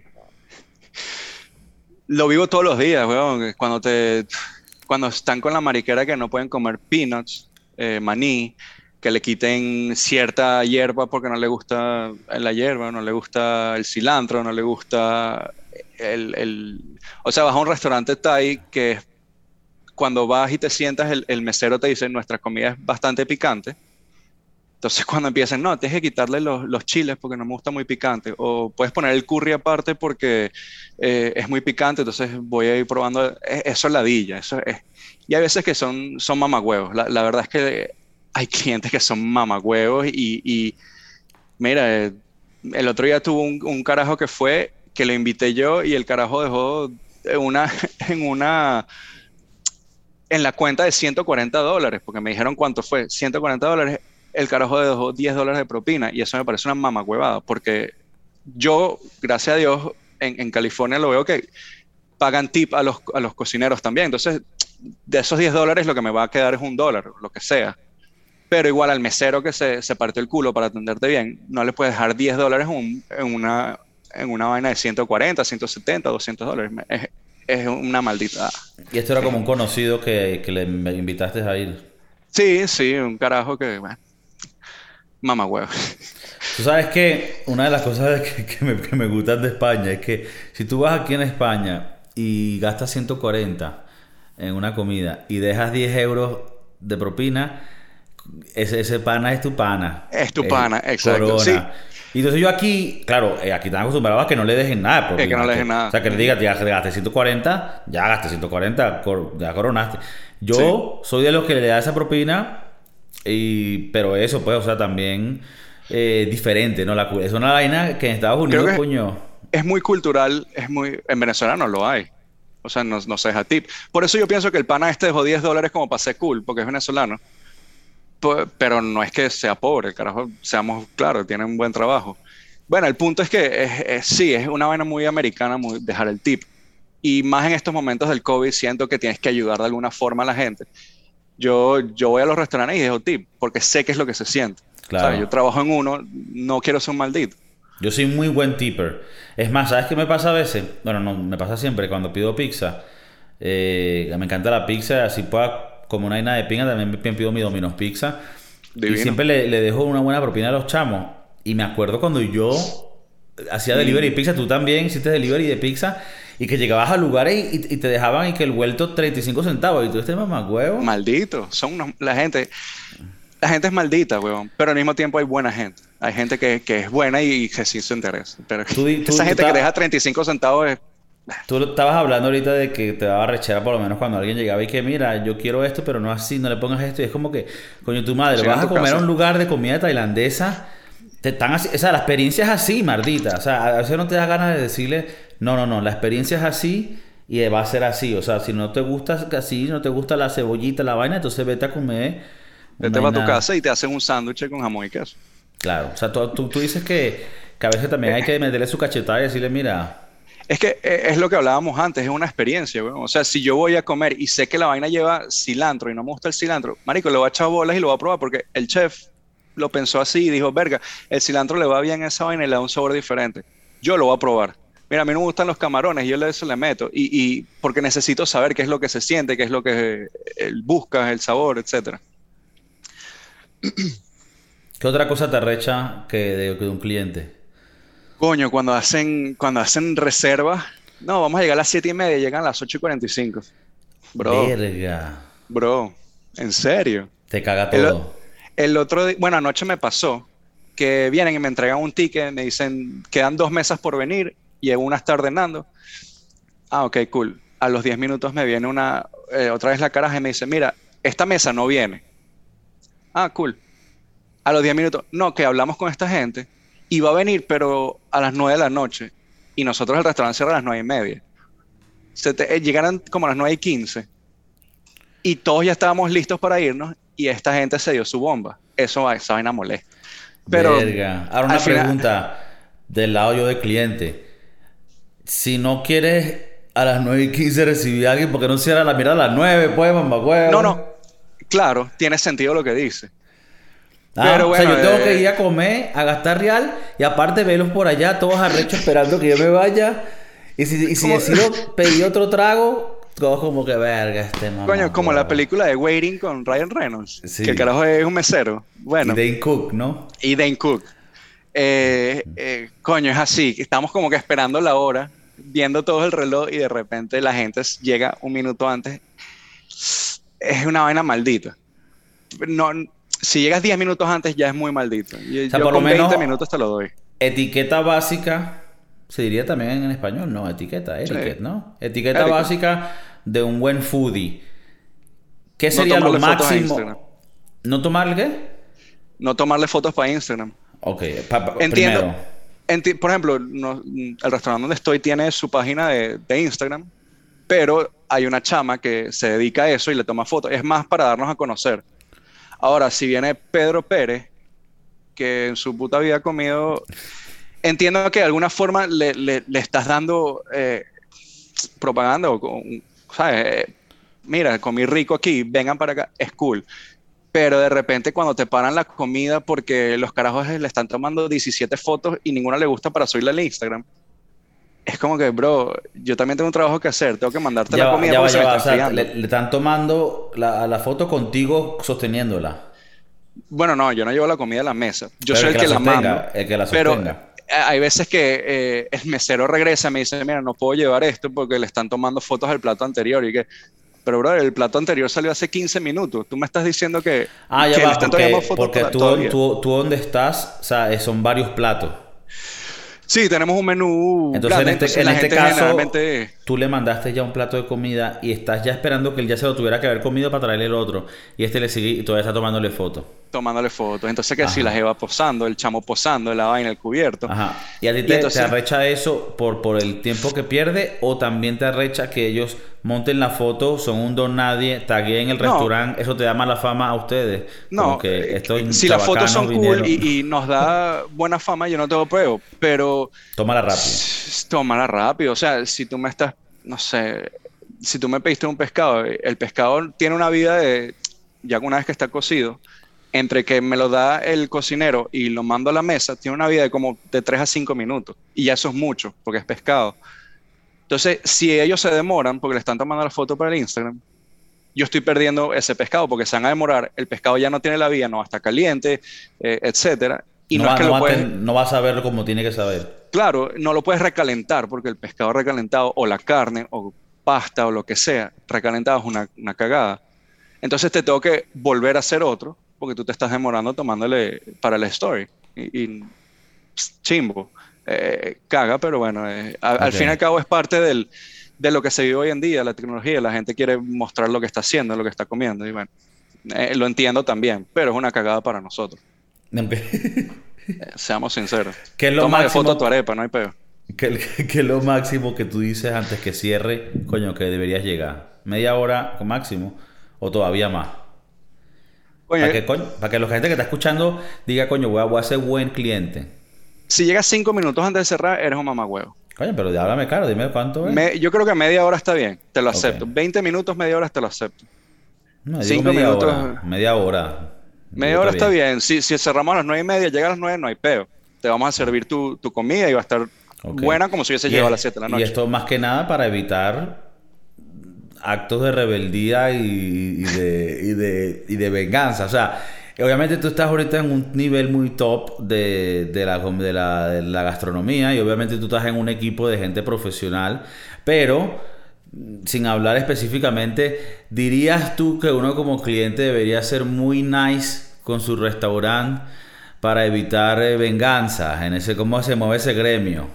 [SPEAKER 2] Lo vivo todos los días, weón. Cuando te, cuando están con la mariquera que no pueden comer peanuts, eh, maní, que le quiten cierta hierba porque no le gusta la hierba, no le gusta el cilantro, no le gusta el, el... O sea, vas a un restaurante Thai que cuando vas y te sientas, el, el mesero te dice, nuestra comida es bastante picante. Entonces cuando empiezan, no, tienes que quitarle los, los chiles porque no me gusta muy picante. O puedes poner el curry aparte porque eh, es muy picante, entonces voy a ir probando. Es- Eso es ladilla. Eso es. Y hay veces que son, son mamagüevos. La, la verdad es que hay clientes que son mamagüevos y, y Mira, eh, el otro día tuvo un, un carajo que fue, que lo invité yo y el carajo dejó en una, en una, en la cuenta de ciento cuarenta dólares, porque me dijeron cuánto fue, ciento cuarenta dólares, el carajo dejó diez dólares de propina y eso me parece una mamacuevada, porque yo, gracias a Dios, en, en California lo veo que pagan tip a los, a los cocineros también, entonces de esos diez dólares lo que me va a quedar es un dólar, lo que sea. Pero igual al mesero que se, se partió el culo para atenderte bien, no le puedes dejar diez dólares un, en, una, en una vaina de ciento cuarenta, ciento setenta, doscientos dólares. Es, es una maldita.
[SPEAKER 1] Y esto era como un conocido que, que le invitaste a ir.
[SPEAKER 2] Sí, sí, un carajo que, bueno, mamá huevo.
[SPEAKER 1] Tú sabes que una de las cosas que, que, me, que me gustan de España es que si tú vas aquí en España y gastas ciento cuarenta en una comida y dejas diez euros de propina, Ese, ese pana es tu pana.
[SPEAKER 2] Es tu pana,
[SPEAKER 1] eh,
[SPEAKER 2] exacto.
[SPEAKER 1] Corona.
[SPEAKER 2] Sí.
[SPEAKER 1] Y entonces yo aquí, claro, eh, aquí están acostumbrados a que no le dejen nada.
[SPEAKER 2] Es que no le dejen nada.
[SPEAKER 1] O sea, que le digas, ya gasté ciento cuarenta, ya gasté ciento cuarenta, cor, ya coronaste. Yo sí. soy de los que le da esa propina, y, pero eso, pues, o sea, también eh, diferente, ¿no? La, es una vaina que en Estados Unidos,
[SPEAKER 2] que
[SPEAKER 1] coño.
[SPEAKER 2] Es muy cultural, es muy. En Venezuela no lo hay. O sea, no, no se deja tip. Por eso yo pienso que el pana este dejó diez dólares como para ser cool, porque es venezolano. Pero no es que sea pobre, el carajo, seamos claros, tiene un buen trabajo. Bueno, el punto es que es, es, sí, es una vaina muy americana muy, dejar el tip. Y más en estos momentos del COVID siento que tienes que ayudar de alguna forma a la gente. Yo, yo voy a los restaurantes y dejo tip, porque sé qué es lo que se siente.
[SPEAKER 1] Claro.
[SPEAKER 2] ¿Sabes? Yo trabajo en uno, no quiero ser un maldito.
[SPEAKER 1] Yo soy muy buen tipper. Es más, ¿sabes qué me pasa a veces? Bueno, no, me pasa siempre cuando pido pizza. Eh, me encanta la pizza, así pueda... Como una vaina de pinga, también pido mi Domino's Pizza. Divino. Y siempre le, le dejo una buena propina a los chamos. Y me acuerdo cuando yo hacía delivery de pizza, tú también hiciste delivery de pizza, y que llegabas a lugares y, y te dejaban y que el vuelto treinta y cinco centavos. Y tú este mamá huevo.
[SPEAKER 2] Maldito. Son unos, la gente... La gente es maldita, huevón. Pero al mismo tiempo hay buena gente. Hay gente que, que es buena y que sí se interesa. Pero tú, tú, esa gente tú que deja treinta y cinco centavos es...
[SPEAKER 1] Tú estabas hablando ahorita de que te daba rechera por lo menos cuando alguien llegaba y que mira, yo quiero esto, pero no así, no le pongas esto. Y es como que, coño, tu madre, sí, vas a comer casa. A un lugar de comida tailandesa, te están así, o sea, la experiencia es así, mardita. O sea, a veces no te da ganas de decirle, no, no, no, la experiencia es así y va a ser así. O sea, si no te gusta así, no te gusta la cebollita, la vaina, entonces vete a comer.
[SPEAKER 2] Vete para tu casa y te hacen un sándwich con jamón y queso.
[SPEAKER 1] Claro, o sea, tú, tú, tú dices que, que a veces también hay que meterle su cachetada y decirle, mira...
[SPEAKER 2] Es que es lo que hablábamos antes, es una experiencia, güey. O sea, si yo voy a comer y sé que la vaina lleva cilantro y no me gusta el cilantro, marico, le voy a echar bolas y lo voy a probar porque el chef lo pensó así y dijo, verga, el cilantro le va bien a esa vaina y le da un sabor diferente. Yo lo voy a probar. Mira, a mí no me gustan los camarones y yo eso le meto. Y, y porque necesito saber qué es lo que se siente, qué es lo que él busca, el sabor, etcétera.
[SPEAKER 1] ¿Qué otra cosa te arrecha que de, que de un cliente?
[SPEAKER 2] Coño, cuando hacen, cuando hacen reservas, no, vamos a llegar a las siete y media, llegan a las ocho y cuarenta y cinco. Bro.
[SPEAKER 1] Verga.
[SPEAKER 2] Bro, en serio.
[SPEAKER 1] Te caga todo.
[SPEAKER 2] El, el otro día, bueno, anoche me pasó que vienen y me entregan un ticket, me dicen, quedan dos mesas por venir, y una está ordenando. Ah, ok, cool. A los diez minutos me viene una, eh, otra vez la caraja y me dice, mira, esta mesa no viene. Ah, cool. A los diez minutos, no, que hablamos con esta gente. Y va a venir, pero a las nueve de la noche. Y nosotros el restaurante cierra a las nueve y media. Se te, eh, llegaron como a las nueve y quince. Y todos ya estábamos listos para irnos. Y esta gente se dio su bomba. Eso, esa vaina molesta. Pero,
[SPEAKER 1] verga. Ahora una pregunta final, del lado yo de cliente. Si no quieres a las nueve y quince recibir a alguien, ¿por qué no cierra la mirada a las nueve? Pues, mamá, huevo.
[SPEAKER 2] No, no. Claro, tiene sentido lo que dice.
[SPEAKER 1] Ah, pero bueno, o sea, yo tengo eh... que ir a comer, a gastar real y aparte verlos por allá todos arrechos esperando que yo me vaya. Y si, y si decido pedir otro trago, todos como que verga este mamá.
[SPEAKER 2] Coño, como la película de Waiting con Ryan Reynolds, sí. Que el carajo es un mesero. Bueno.
[SPEAKER 1] Y Dane Cook, ¿no?
[SPEAKER 2] Y Dane Cook. Eh, eh, coño, es así. Estamos como que esperando la hora, viendo todo el reloj y de repente la gente llega un minuto antes. Es una vaina maldita. No... Si llegas diez minutos antes ya es muy maldito. Yo, o sea, yo por con lo menos veinte minutos te lo doy.
[SPEAKER 1] Etiqueta básica, se diría también en español, no, etiqueta, etiqueta, sí. ¿no? Etiqueta Etiqueta. básica de un buen foodie. ¿Qué sería no lo máximo? ¿No tomarle qué?
[SPEAKER 2] No tomarle fotos para Instagram.
[SPEAKER 1] Ok, pa- pa-
[SPEAKER 2] Entiendo.
[SPEAKER 1] primero.
[SPEAKER 2] Enti- por ejemplo, no- el restaurante donde estoy tiene su página de, de Instagram, pero hay una chama que se dedica a eso y le toma fotos. Es más para darnos a conocer. Ahora, si viene Pedro Pérez, que en su puta vida ha comido, entiendo que de alguna forma le, le- le estás dando eh, propaganda o, con- ¿sabes? Eh, mira, comí rico aquí, vengan para acá, es cool. Pero de repente cuando te paran la comida porque los carajos le están tomando diecisiete fotos y ninguna le gusta para subirla al Instagram, es como que, bro, yo también tengo un trabajo que hacer, tengo que mandarte
[SPEAKER 1] Ya
[SPEAKER 2] la
[SPEAKER 1] va,
[SPEAKER 2] comida
[SPEAKER 1] ya va,
[SPEAKER 2] porque se
[SPEAKER 1] ya
[SPEAKER 2] me
[SPEAKER 1] va.
[SPEAKER 2] está
[SPEAKER 1] O sea,
[SPEAKER 2] enfriando.
[SPEAKER 1] le, le están tomando la, la foto contigo sosteniéndola.
[SPEAKER 2] Bueno, no, yo no llevo la comida a la mesa, yo
[SPEAKER 1] Pero
[SPEAKER 2] soy
[SPEAKER 1] el
[SPEAKER 2] el
[SPEAKER 1] que la
[SPEAKER 2] que la mando,
[SPEAKER 1] sostenga, el que la
[SPEAKER 2] pero
[SPEAKER 1] sostenga.
[SPEAKER 2] eh, hay veces que eh, el mesero regresa y me dice, mira, no puedo llevar esto porque le están tomando fotos al plato anterior y que, pero bro, el plato anterior salió hace quince minutos, tú me estás diciendo que,
[SPEAKER 1] Ah, ya
[SPEAKER 2] que le
[SPEAKER 1] va,
[SPEAKER 2] están tomando
[SPEAKER 1] porque,
[SPEAKER 2] fotos
[SPEAKER 1] porque
[SPEAKER 2] to-
[SPEAKER 1] tú,
[SPEAKER 2] todavía.
[SPEAKER 1] tú, tú donde estás, o sea, eh, son varios platos.
[SPEAKER 2] Sí, tenemos un menú
[SPEAKER 1] Entonces, en
[SPEAKER 2] grande,
[SPEAKER 1] este,
[SPEAKER 2] entonces
[SPEAKER 1] en
[SPEAKER 2] la
[SPEAKER 1] este
[SPEAKER 2] gente
[SPEAKER 1] caso,
[SPEAKER 2] generalmente
[SPEAKER 1] tú le mandaste ya un plato de comida y estás ya esperando que él ya se lo tuviera que haber comido para traerle el otro. Y este le sigue y todavía está tomándole foto.
[SPEAKER 2] tomándole fotos. Entonces que si la
[SPEAKER 1] Ajá.
[SPEAKER 2] jeva posando, el chamo posando, la vaina, el cubierto.
[SPEAKER 1] Ajá. ¿Y a ti
[SPEAKER 2] Y
[SPEAKER 1] te, te
[SPEAKER 2] entonces,
[SPEAKER 1] arrecha eso por, por el tiempo que pierde o también te arrecha que ellos monten la foto, son un don nadie, tagueen el
[SPEAKER 2] no,
[SPEAKER 1] restaurante, eso te da mala fama a ustedes? Como
[SPEAKER 2] no,
[SPEAKER 1] que
[SPEAKER 2] eh,
[SPEAKER 1] estos
[SPEAKER 2] si las fotos
[SPEAKER 1] chabacanos
[SPEAKER 2] son cool
[SPEAKER 1] vinieron.
[SPEAKER 2] y, y nos da buena fama, yo no tengo pruebo, pero
[SPEAKER 1] Tómala rápido.
[SPEAKER 2] s- tómala rápido. O sea, si tú me estás, no sé, si tú me pediste un pescado, el pescado tiene una vida de, ya una vez que está cocido, entre que me lo da el cocinero y lo mando a la mesa, tiene una vida de como de tres a cinco minutos. Y ya eso es mucho, porque es pescado. Entonces, si ellos se demoran porque le están tomando la foto para el Instagram, yo estoy perdiendo ese pescado porque se van a demorar, el pescado ya no tiene la vida, no va a estar caliente, eh, etcétera. Y
[SPEAKER 1] No
[SPEAKER 2] no es
[SPEAKER 1] va,
[SPEAKER 2] que
[SPEAKER 1] no
[SPEAKER 2] lo
[SPEAKER 1] va a
[SPEAKER 2] puedes,
[SPEAKER 1] ten- no va a saberlo como tiene que saber.
[SPEAKER 2] claro, no lo puedes recalentar porque el pescado recalentado o la carne o pasta o lo que sea, recalentado es una, una cagada. Entonces te tengo que volver a hacer otro porque tú te estás demorando tomándole para la story. Y, y pss, chimbo, eh, caga, pero bueno, eh, a- al
[SPEAKER 1] Ok.
[SPEAKER 2] fin y al cabo es parte del, de lo que se vive hoy en día, la tecnología. La gente quiere mostrar lo que está haciendo, lo que está comiendo. Y bueno, eh, lo entiendo también, pero es una cagada para nosotros. Eh, seamos sinceros.
[SPEAKER 1] ¿Qué es lo
[SPEAKER 2] Toma de foto
[SPEAKER 1] máximo?
[SPEAKER 2] tu arepa, no hay peor.
[SPEAKER 1] ¿Qué, qué es lo máximo que tú dices antes que cierre, coño, que deberías llegar? ¿Media hora con máximo? ¿O todavía más? Para
[SPEAKER 2] Oye,
[SPEAKER 1] que, coño, para que la gente que está escuchando diga, coño, voy a, voy a ser buen cliente.
[SPEAKER 2] si llegas cinco minutos antes de cerrar, eres un mamagüevo.
[SPEAKER 1] Coño, pero háblame claro, dime cuánto es.
[SPEAKER 2] Me- yo creo que media hora está bien, te lo
[SPEAKER 1] Ok.
[SPEAKER 2] acepto. veinte minutos, media hora, te lo acepto.
[SPEAKER 1] No, digo
[SPEAKER 2] Cinco
[SPEAKER 1] media
[SPEAKER 2] minutos,
[SPEAKER 1] hora. Media hora. Digo,
[SPEAKER 2] media hora está bien. Si, si cerramos a las nueve y media, llega a las nueve, no hay peo. Te vamos a servir tu, tu comida y va a estar
[SPEAKER 1] Ok.
[SPEAKER 2] buena como si hubiese
[SPEAKER 1] Y,
[SPEAKER 2] llegado a
[SPEAKER 1] es-
[SPEAKER 2] las siete de la
[SPEAKER 1] y
[SPEAKER 2] noche.
[SPEAKER 1] esto más que nada para evitar actos de rebeldía y, y de, y, de, y de venganza. O sea, obviamente tú estás ahorita en un nivel muy top de, de, la, de, la, de la gastronomía y obviamente tú estás en un equipo de gente profesional, pero sin hablar específicamente, ¿dirías tú que uno como cliente debería ser muy nice con su restaurante para evitar eh, venganzas en ese cómo se mueve ese gremio?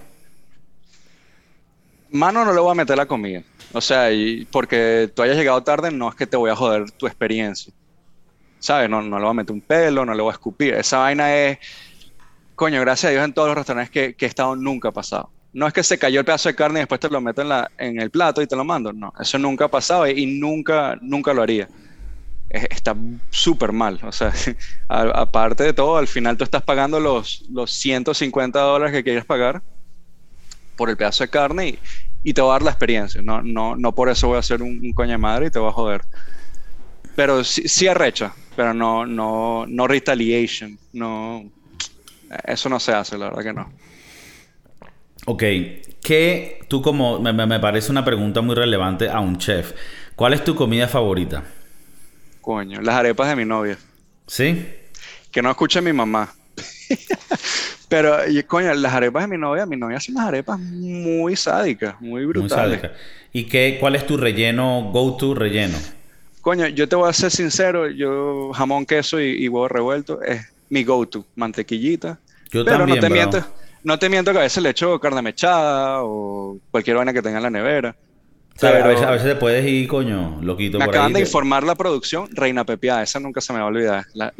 [SPEAKER 2] Mano, no le voy a meter la comida. O sea, y porque tú hayas llegado tarde, no es que te voy a joder tu experiencia. ¿Sabes? No, no le voy a meter un pelo, no le voy a escupir. Esa vaina es, coño, gracias a Dios en todos los restaurantes que, que he estado nunca ha pasado. No es que se cayó el pedazo de carne y después te lo meto en, la, en el plato y te lo mando. No, eso nunca ha pasado y, y nunca, nunca lo haría. Es- está súper mal. O sea, a- aparte de todo, al final tú estás pagando los, los ciento cincuenta dólares que quieres pagar por el pedazo de carne y, y te va a dar la experiencia. No, no, no por eso voy a hacer un, un coño de madre y te voy a joder. Pero sí, sí arrecha, pero no, no, no retaliation. No, eso no se hace, la verdad que no.
[SPEAKER 1] Ok, ¿qué tú como, me, me- me parece una pregunta muy relevante a un chef? ¿Cuál es tu comida favorita?
[SPEAKER 2] Coño, las arepas de mi novia.
[SPEAKER 1] ¿Sí?
[SPEAKER 2] Que no escuche mi mamá. Pero, y, coño, las arepas de mi novia, mi novia hace unas arepas muy sádicas, muy
[SPEAKER 1] Muy
[SPEAKER 2] brutales.
[SPEAKER 1] sádica. ¿Y qué, cuál es tu relleno, go-to relleno?
[SPEAKER 2] Coño, yo te voy a ser sincero, yo jamón, queso y, y huevo revuelto es mi go-to, mantequillita.
[SPEAKER 1] Yo
[SPEAKER 2] Pero
[SPEAKER 1] también,
[SPEAKER 2] no te
[SPEAKER 1] bro.
[SPEAKER 2] miento, no te miento que a veces le echo carne mechada o cualquier vaina que tenga en la nevera.
[SPEAKER 1] ¿Sabes? A veces, a
[SPEAKER 2] Pero
[SPEAKER 1] veces te puedes ir, coño, loquito
[SPEAKER 2] me
[SPEAKER 1] por
[SPEAKER 2] acaban
[SPEAKER 1] ahí.
[SPEAKER 2] de
[SPEAKER 1] que-
[SPEAKER 2] informar la producción, Reina Pepiada, esa nunca se me va a olvidar. La, la,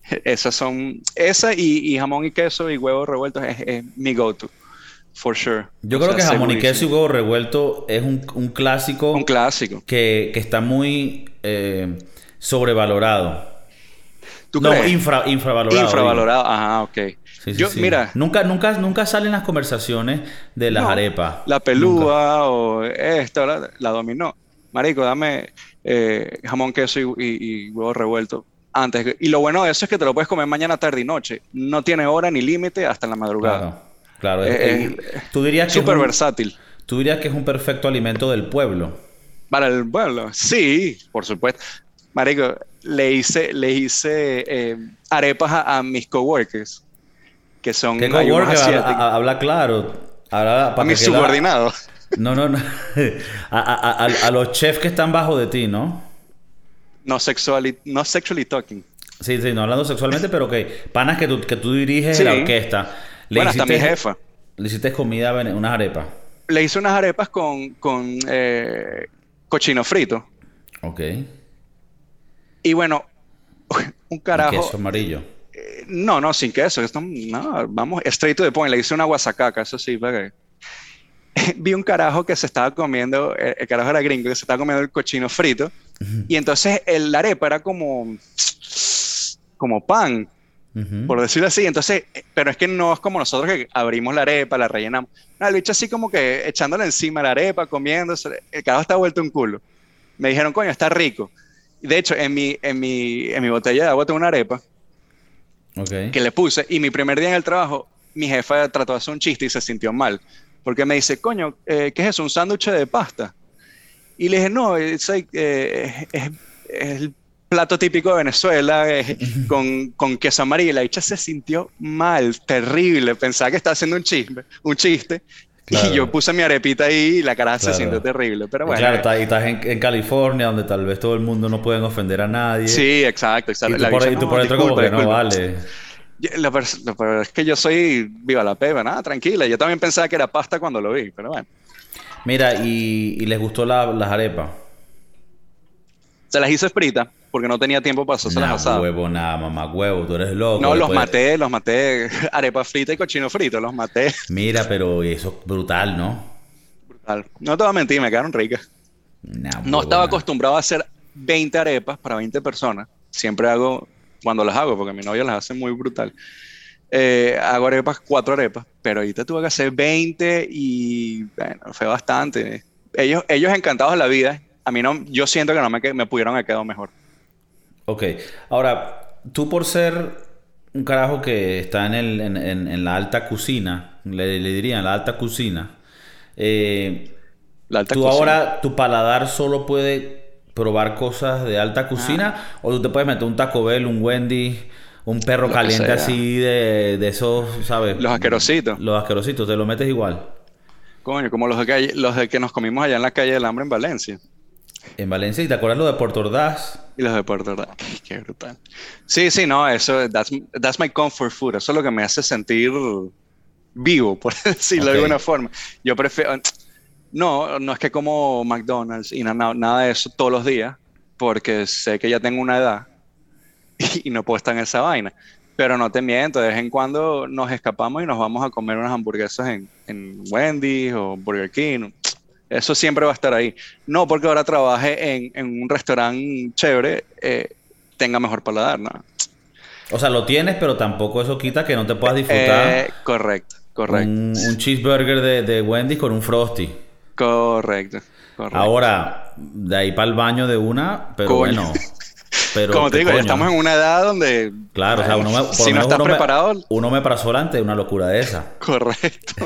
[SPEAKER 2] Esas son, esa y, y jamón y queso y huevos revueltos es, es mi go-to, for sure.
[SPEAKER 1] Yo
[SPEAKER 2] O
[SPEAKER 1] creo
[SPEAKER 2] sea,
[SPEAKER 1] que jamón y
[SPEAKER 2] segurísimo.
[SPEAKER 1] queso y huevo revuelto es un, un
[SPEAKER 2] Un
[SPEAKER 1] clásico
[SPEAKER 2] clásico.
[SPEAKER 1] que, que está muy eh, sobrevalorado.
[SPEAKER 2] ¿Tú
[SPEAKER 1] No,
[SPEAKER 2] crees?
[SPEAKER 1] infra, infravalorado, digo.
[SPEAKER 2] Infravalorado, ajá, ok.
[SPEAKER 1] Sí, sí,
[SPEAKER 2] Yo,
[SPEAKER 1] sí.
[SPEAKER 2] mira,
[SPEAKER 1] Nunca, nunca, nunca salen las conversaciones de las
[SPEAKER 2] no,
[SPEAKER 1] arepas.
[SPEAKER 2] la
[SPEAKER 1] Nunca.
[SPEAKER 2] pelúa o esta, la, la dominó. Marico, dame eh, jamón, queso y, y, y huevos revueltos antes. que- Y lo bueno de eso es que te lo puedes comer mañana, tarde y noche. No tiene hora ni límite hasta en la madrugada.
[SPEAKER 1] Claro, claro. Es-
[SPEAKER 2] Es
[SPEAKER 1] y tú dirías que es
[SPEAKER 2] súper
[SPEAKER 1] un,
[SPEAKER 2] versátil.
[SPEAKER 1] tú dirías que es un perfecto alimento del pueblo.
[SPEAKER 2] Para el pueblo, sí, por supuesto. Marico, le hice, le hice eh, arepas a, a mis coworkers, que
[SPEAKER 1] ¿Qué
[SPEAKER 2] son, hay unos
[SPEAKER 1] coworker habla,
[SPEAKER 2] asiáticos,
[SPEAKER 1] a- habla claro? Habla
[SPEAKER 2] a
[SPEAKER 1] para que
[SPEAKER 2] mis
[SPEAKER 1] quede.
[SPEAKER 2] subordinados.
[SPEAKER 1] No, no, no. A, a- a- a los chefs que están bajo de ti, ¿no?
[SPEAKER 2] No sexually, no sexually talking.
[SPEAKER 1] Sí, sí, no hablando sexualmente, pero que panas que tú, que tú diriges la
[SPEAKER 2] Sí,
[SPEAKER 1] orquesta. Le
[SPEAKER 2] bueno, hasta mi
[SPEAKER 1] hiciste,
[SPEAKER 2] jefa.
[SPEAKER 1] le hiciste comida, vene- unas arepas.
[SPEAKER 2] Le hice unas arepas con, con eh, cochino frito.
[SPEAKER 1] Ok.
[SPEAKER 2] Y bueno, un
[SPEAKER 1] Y
[SPEAKER 2] carajo.
[SPEAKER 1] queso amarillo.
[SPEAKER 2] eh, no, no, sin queso. Esto, no, vamos, straight to the point. Le hice una guasacaca, eso sí, para que- vi un carajo que se estaba comiendo, el, el carajo era gringo, que se estaba comiendo el cochino frito. Y entonces el, la arepa era como, como pan,
[SPEAKER 1] Ujú.
[SPEAKER 2] por decirlo así. Entonces, eh, pero es que no es como nosotros que abrimos la arepa, la rellenamos. No, el bicho así como que echándole encima la arepa, comiéndose. El carajo está vuelto un culo. Me dijeron, coño, está rico. De hecho, en mi, en mi, en mi botella de agua tengo una arepa
[SPEAKER 1] Ok.
[SPEAKER 2] que le puse y mi primer día en el trabajo, mi jefa trató de hacer un chiste y se sintió mal. Porque me dice, coño, eh, ¿qué es eso? ¿Un sándwich de pasta? Y le dije, no, es, like, eh, es, es el plato típico de Venezuela eh, con, con queso amarillo. Y la dicha se sintió mal, terrible. Pensaba que estaba haciendo un chisme, un chiste.
[SPEAKER 1] Claro.
[SPEAKER 2] Y yo puse mi arepita ahí y la cara se
[SPEAKER 1] Claro.
[SPEAKER 2] sintió terrible. Pero
[SPEAKER 1] Y
[SPEAKER 2] bueno.
[SPEAKER 1] claro,
[SPEAKER 2] eh,
[SPEAKER 1] está- y estás en, en California, donde tal vez todo el mundo no pueden ofender a nadie.
[SPEAKER 2] sí, exacto,
[SPEAKER 1] Y
[SPEAKER 2] exacto.
[SPEAKER 1] tú
[SPEAKER 2] La
[SPEAKER 1] por,
[SPEAKER 2] bicha,
[SPEAKER 1] y tú
[SPEAKER 2] no,
[SPEAKER 1] por dentro como
[SPEAKER 2] disculpa,
[SPEAKER 1] que no
[SPEAKER 2] disculpa.
[SPEAKER 1] vale.
[SPEAKER 2] Yo- Lo peor, lo peor es que yo soy viva la peba, nada, tranquila. Yo también pensaba que era pasta cuando lo vi, pero bueno.
[SPEAKER 1] Mira, y, y les gustó la- las arepas.
[SPEAKER 2] Se las hice fritas porque no tenía tiempo para hacerse las
[SPEAKER 1] Nah,
[SPEAKER 2] asadas.
[SPEAKER 1] huevo, nada, mamá, huevo, tú eres loco.
[SPEAKER 2] No, los
[SPEAKER 1] después-
[SPEAKER 2] maté, los maté. Arepa frita y cochino frito, los maté.
[SPEAKER 1] Mira, pero eso es brutal, ¿no?
[SPEAKER 2] Brutal. No te voy a mentir, me quedaron ricas.
[SPEAKER 1] Nah,
[SPEAKER 2] No
[SPEAKER 1] huevo,
[SPEAKER 2] estaba
[SPEAKER 1] nah.
[SPEAKER 2] acostumbrado a hacer veinte arepas para veinte personas. Siempre hago, cuando las hago, porque mi novia las hace muy brutal. Eh, hago arepas, cuatro arepas, pero ahorita tuve que hacer veinte y bueno, fue bastante. Ellos, ellos encantados de la vida. A mí no, yo siento que no me, que- me pudieron haber quedado mejor.
[SPEAKER 1] Ok, ahora, tú por ser un carajo que está en, el, en, en- en la alta cocina, le, le dirían la alta cocina, eh,
[SPEAKER 2] La alta
[SPEAKER 1] tú
[SPEAKER 2] cocina.
[SPEAKER 1] ahora, tu paladar solo puede probar cosas de alta cocina, o tú te puedes meter un Taco Bell, un Wendy, un perro
[SPEAKER 2] Lo que
[SPEAKER 1] caliente
[SPEAKER 2] sea.
[SPEAKER 1] así de, de esos, ¿sabes?
[SPEAKER 2] Los asquerositos.
[SPEAKER 1] Los asquerositos, te lo metes igual.
[SPEAKER 2] Coño, como los de, calle- los de que nos comimos allá en la calle del Hambre en Valencia.
[SPEAKER 1] En Valencia, ¿y te acuerdas lo de Puerto Ordaz?
[SPEAKER 2] Y los de Puerto Ordaz. Ay, qué brutal. Sí, sí, no, eso, that's, that's my comfort food. Eso es lo que me hace sentir vivo, por decirlo
[SPEAKER 1] Ok.
[SPEAKER 2] de alguna forma. Yo prefiero, no, no es que como McDonald's y na- na- nada de eso todos los días, porque sé que ya tengo una edad y, y no puedo estar en esa vaina. Pero no te miento, de vez en cuando nos escapamos y nos vamos a comer unas hamburguesas en, en Wendy's o Burger King. Eso siempre va a estar ahí. No porque ahora trabaje en, en un restaurante chévere, eh, tenga mejor paladar, ¿no?
[SPEAKER 1] O sea, lo tienes, pero tampoco eso quita que no te puedas disfrutar
[SPEAKER 2] Eh, correcto, correcto.
[SPEAKER 1] un, un cheeseburger de, de Wendy's con un Frosty.
[SPEAKER 2] Correcto, correcto.
[SPEAKER 1] Ahora, de ahí para el baño de una, pero
[SPEAKER 2] Coño.
[SPEAKER 1] bueno. Pero,
[SPEAKER 2] Como te
[SPEAKER 1] ¿qué
[SPEAKER 2] digo, ya
[SPEAKER 1] coño?
[SPEAKER 2] estamos en una edad donde...
[SPEAKER 1] Claro, o sea, uno me, por
[SPEAKER 2] si
[SPEAKER 1] lo
[SPEAKER 2] no
[SPEAKER 1] menos
[SPEAKER 2] estás
[SPEAKER 1] uno
[SPEAKER 2] preparado,
[SPEAKER 1] Me, uno me pasó delante de una locura de esa.
[SPEAKER 2] correcto.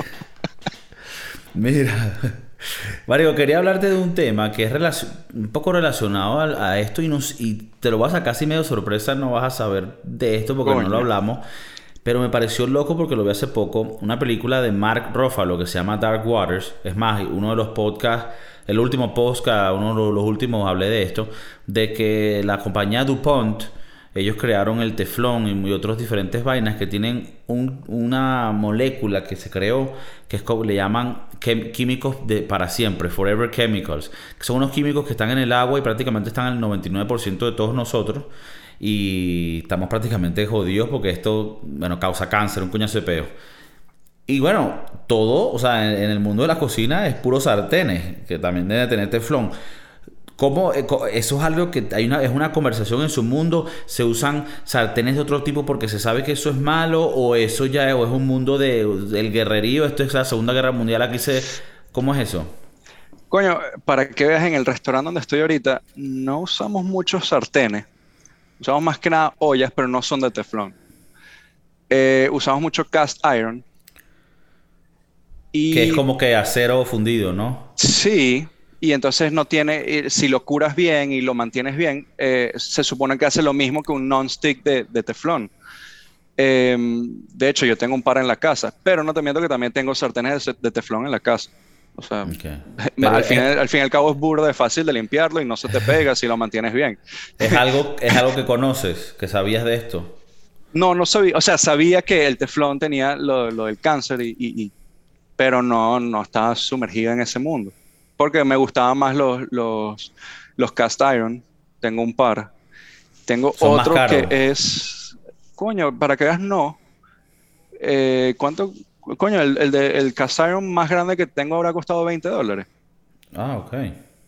[SPEAKER 1] Mira, Mario, quería hablarte de un tema que es relacion- un poco relacionado a, a esto y, nos, y te lo vas a sacar casi medio sorpresa, no vas a saber de esto porque
[SPEAKER 2] Coño.
[SPEAKER 1] no lo hablamos, pero me pareció loco porque lo vi hace poco, una película de Mark Ruffalo que se llama Dark Waters. Es más, uno de los podcasts, el último podcast, uno de los últimos hablé de esto, de que la compañía DuPont, ellos crearon el teflón y otros diferentes vainas que tienen un- una molécula que se creó que es como le llaman quim- químicos de para siempre, forever chemicals, que son unos químicos que están en el agua y prácticamente están en el noventa y nueve por ciento de todos nosotros y estamos prácticamente jodidos porque esto, bueno, causa cáncer, un coñazo de peo. Y bueno, todo, o sea, en, en el mundo de la cocina es puro sartenes, que también debe tener teflón. ¿Cómo, eh, co- eso es algo que hay una, es una conversación en su mundo? ¿Se usan sartenes de otro tipo porque se sabe que eso es malo? ¿O eso ya es, o es un mundo de, del guerrerío? Esto es la Segunda Guerra Mundial, aquí se... ¿Cómo es eso?
[SPEAKER 2] Coño, para que veas, en el restaurante donde estoy ahorita, no usamos muchos sartenes. Usamos más que nada ollas, pero no son de teflón. Eh, usamos mucho cast iron.
[SPEAKER 1] Que es
[SPEAKER 2] Y
[SPEAKER 1] como que acero fundido, ¿no?
[SPEAKER 2] sí, y entonces no tiene, eh, si lo curas bien y lo mantienes bien, eh, se supone que hace lo mismo que un non-stick de, de teflón. Eh, de hecho, yo tengo un par en la casa, pero no te miento que también tengo sartenes de, de teflón en la casa. O sea,
[SPEAKER 1] Okay.
[SPEAKER 2] ma-
[SPEAKER 1] Pero
[SPEAKER 2] al
[SPEAKER 1] es,
[SPEAKER 2] final, al fin y al cabo es burda de fácil de limpiarlo y no se te pega si lo mantienes bien.
[SPEAKER 1] es algo, es algo que conoces, que sabías de esto.
[SPEAKER 2] No, no sabía, o sea, sabía que el teflón tenía lo, lo del cáncer, y, y- y- pero no, no estaba sumergida en ese mundo. Porque me gustaban más los, los, los cast iron. Tengo un par. Tengo
[SPEAKER 1] Son más
[SPEAKER 2] otro que
[SPEAKER 1] caros.
[SPEAKER 2] es, coño, para que veas, no. Eh, ¿cuánto? Coño, el, el, de, el cast iron más grande que tengo habrá costado veinte dólares.
[SPEAKER 1] Ah, ok.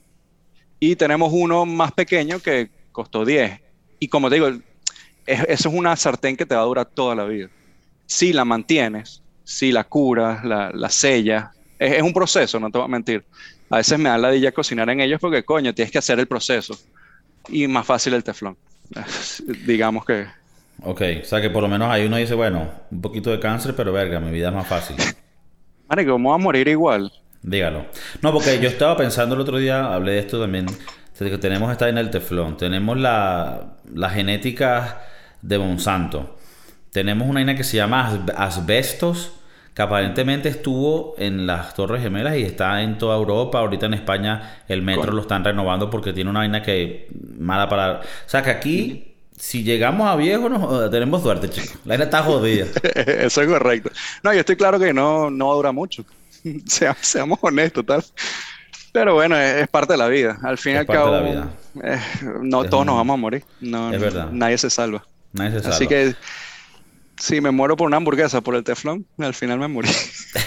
[SPEAKER 2] Y tenemos uno más pequeño que costó diez. Y como te digo, es- eso es una sartén que te va a durar toda la vida. Si la mantienes, si la curas, la, la sellas, es, es un proceso, no te voy a mentir. A veces me da ladilla cocinar en ellos porque, coño, tienes que hacer el proceso. Y más fácil el teflón. Digamos que...
[SPEAKER 1] Ok, o sea que por lo menos ahí uno dice, bueno, un poquito de cáncer, pero verga, mi vida es más fácil.
[SPEAKER 2] Marico, ¿cómo va a morir igual?
[SPEAKER 1] Dígalo. No, porque yo estaba pensando el otro día, hablé de esto también, de que tenemos esta en el teflón, tenemos la, la genética de Monsanto, tenemos una vaina que se llama asbe- asbestos, que aparentemente estuvo en las Torres Gemelas y está en toda Europa. Ahorita en España el metro
[SPEAKER 2] Coño.
[SPEAKER 1] lo están renovando porque tiene una vaina que mala para... O sea que aquí, si llegamos a viejo, nos, joda, tenemos suerte, chicos. La vaina está jodida.
[SPEAKER 2] Eso es correcto. No, yo estoy claro que no, no va a durar mucho. Sea- seamos honestos, tal. Pero bueno, es, es parte de la vida. Al fin y
[SPEAKER 1] Es
[SPEAKER 2] al
[SPEAKER 1] parte de la
[SPEAKER 2] cabo,
[SPEAKER 1] vida.
[SPEAKER 2] eh, no
[SPEAKER 1] Es
[SPEAKER 2] todos nos vamos a
[SPEAKER 1] un...
[SPEAKER 2] morir. No,
[SPEAKER 1] Es verdad.
[SPEAKER 2] nadie se salva.
[SPEAKER 1] Nadie se
[SPEAKER 2] Así
[SPEAKER 1] salva.
[SPEAKER 2] que si me muero por una hamburguesa, por el teflón, al final me morí.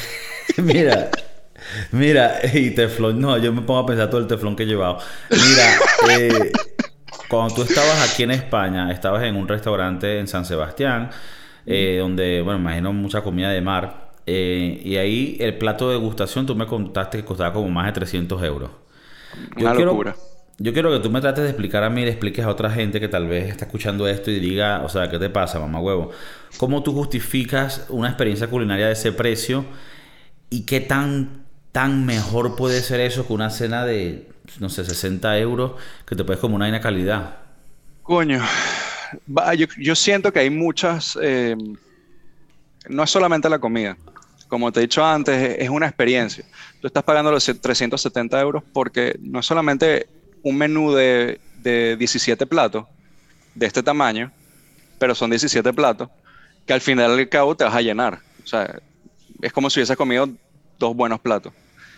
[SPEAKER 1] Mira, mira, y teflón, no, yo me pongo a pensar todo el teflón que he llevado. Mira, eh, cuando tú estabas aquí en España, estabas en un restaurante en San Sebastián, eh, donde, bueno, me imagino mucha comida de mar, eh, y ahí el plato de degustación tú me contaste que costaba como más de trescientos euros. Yo
[SPEAKER 2] Una
[SPEAKER 1] quiero,
[SPEAKER 2] locura.
[SPEAKER 1] yo quiero que tú me trates de explicar a mí, le expliques a otra gente que tal vez está escuchando esto y diga, o sea, ¿qué te pasa, mamá huevo? ¿Cómo tú justificas una experiencia culinaria de ese precio y qué tan, tan mejor puede ser eso que una cena de, no sé, sesenta euros que te puedes comer una vaina calidad?
[SPEAKER 2] Coño, va, yo, yo siento que hay muchas, eh, no es solamente la comida. Como te he dicho antes, es, es una experiencia. Tú estás pagando los trescientos setenta euros porque no es solamente un menú de, de diecisiete platos de este tamaño, pero son diecisiete platos que al final del cabo te vas a llenar. O sea, es como si hubieses comido dos buenos platos.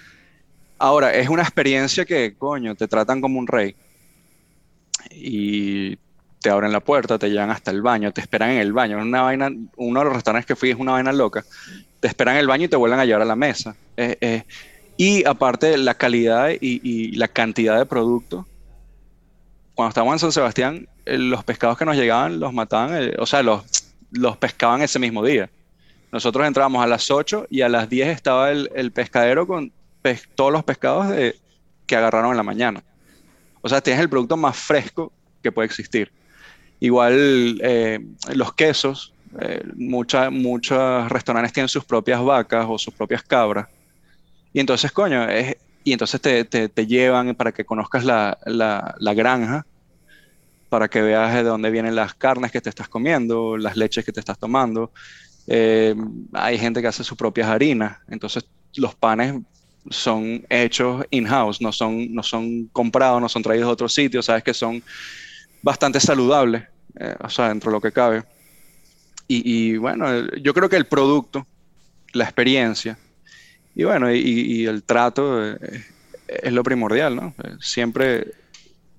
[SPEAKER 2] Ahora, es una experiencia que, coño, te tratan como un rey y te abren la puerta, te llevan hasta el baño, te esperan en el baño. Una vaina, uno de los restaurantes que fui es una vaina loca. Te esperan en el baño y te vuelven a llevar a la mesa. Eh, eh, y aparte, la calidad y, y la cantidad de productos. Cuando estábamos en San Sebastián, eh, los pescados que nos llegaban los mataban, eh, o sea, los, los pescaban ese mismo día. Nosotros entrábamos a las ocho y a las diez estaba el, el pescadero con pes- todos los pescados de- que agarraron en la mañana. O sea, tienes el producto más fresco que puede existir. Igual eh, los quesos, eh, mucha- muchos restaurantes tienen sus propias vacas o sus propias cabras. Y entonces, coño, es- y entonces te, te- te llevan para que conozcas la, la- la granja, para que veas de dónde vienen las carnes que te estás comiendo, las leches que te estás tomando. Eh, hay gente que hace sus propias harinas, entonces los panes son hechos in-house, no son, no son comprados, no son traídos de otros sitios, sabes que son bastante saludables, eh, o sea, dentro de lo que cabe. Y, y, bueno, el- yo creo que el producto, la experiencia y bueno, y, y el trato eh, es lo primordial, ¿no? Eh, Siempre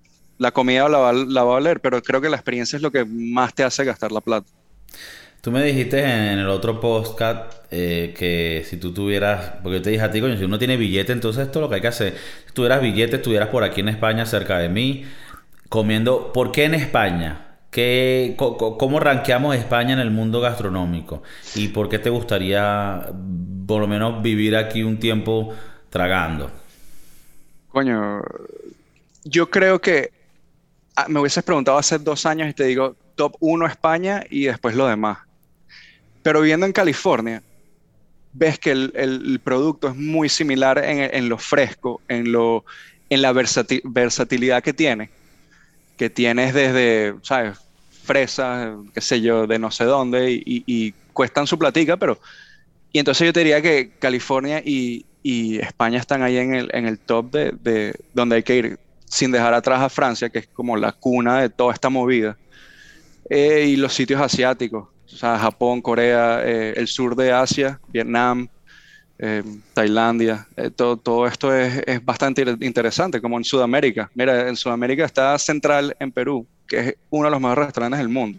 [SPEAKER 2] La comida la va, la va a valer, pero creo que la experiencia es lo que más te hace gastar la plata.
[SPEAKER 1] Tú me dijiste en el otro podcast eh, que si tú tuvieras, porque yo te dije a ti, coño, si uno tiene billete, entonces esto es lo que hay que hacer. Si tuvieras billete, estuvieras por aquí en España, cerca de mí, comiendo. ¿Por qué en España? ¿Qué, co- co- ¿Cómo rankeamos España en el mundo gastronómico? ¿Y por qué te gustaría, por lo menos, vivir aquí un tiempo tragando?
[SPEAKER 2] Coño, yo creo que ah, me hubieses preguntado hace dos años y te digo top uno España y después lo demás. Pero viviendo en California, ves que el, el- el producto es muy similar en, en lo fresco, en, lo, en la versati- versatilidad que tiene, que tienes desde, ¿sabes? Fresas, qué sé yo, de no sé dónde, y, y- y cuestan su platica, pero... Y entonces yo te diría que California y, y España están ahí en el, en el top de, de donde hay que ir, sin dejar atrás a Francia, que es como la cuna de toda esta movida. Eh, y los sitios asiáticos, o sea, Japón, Corea, eh, el sur de Asia, Vietnam, eh, Tailandia, eh, todo, todo esto es, es bastante interesante, como en Sudamérica. Mira, en Sudamérica está Central en Perú, que es uno de los mejores restaurantes del mundo.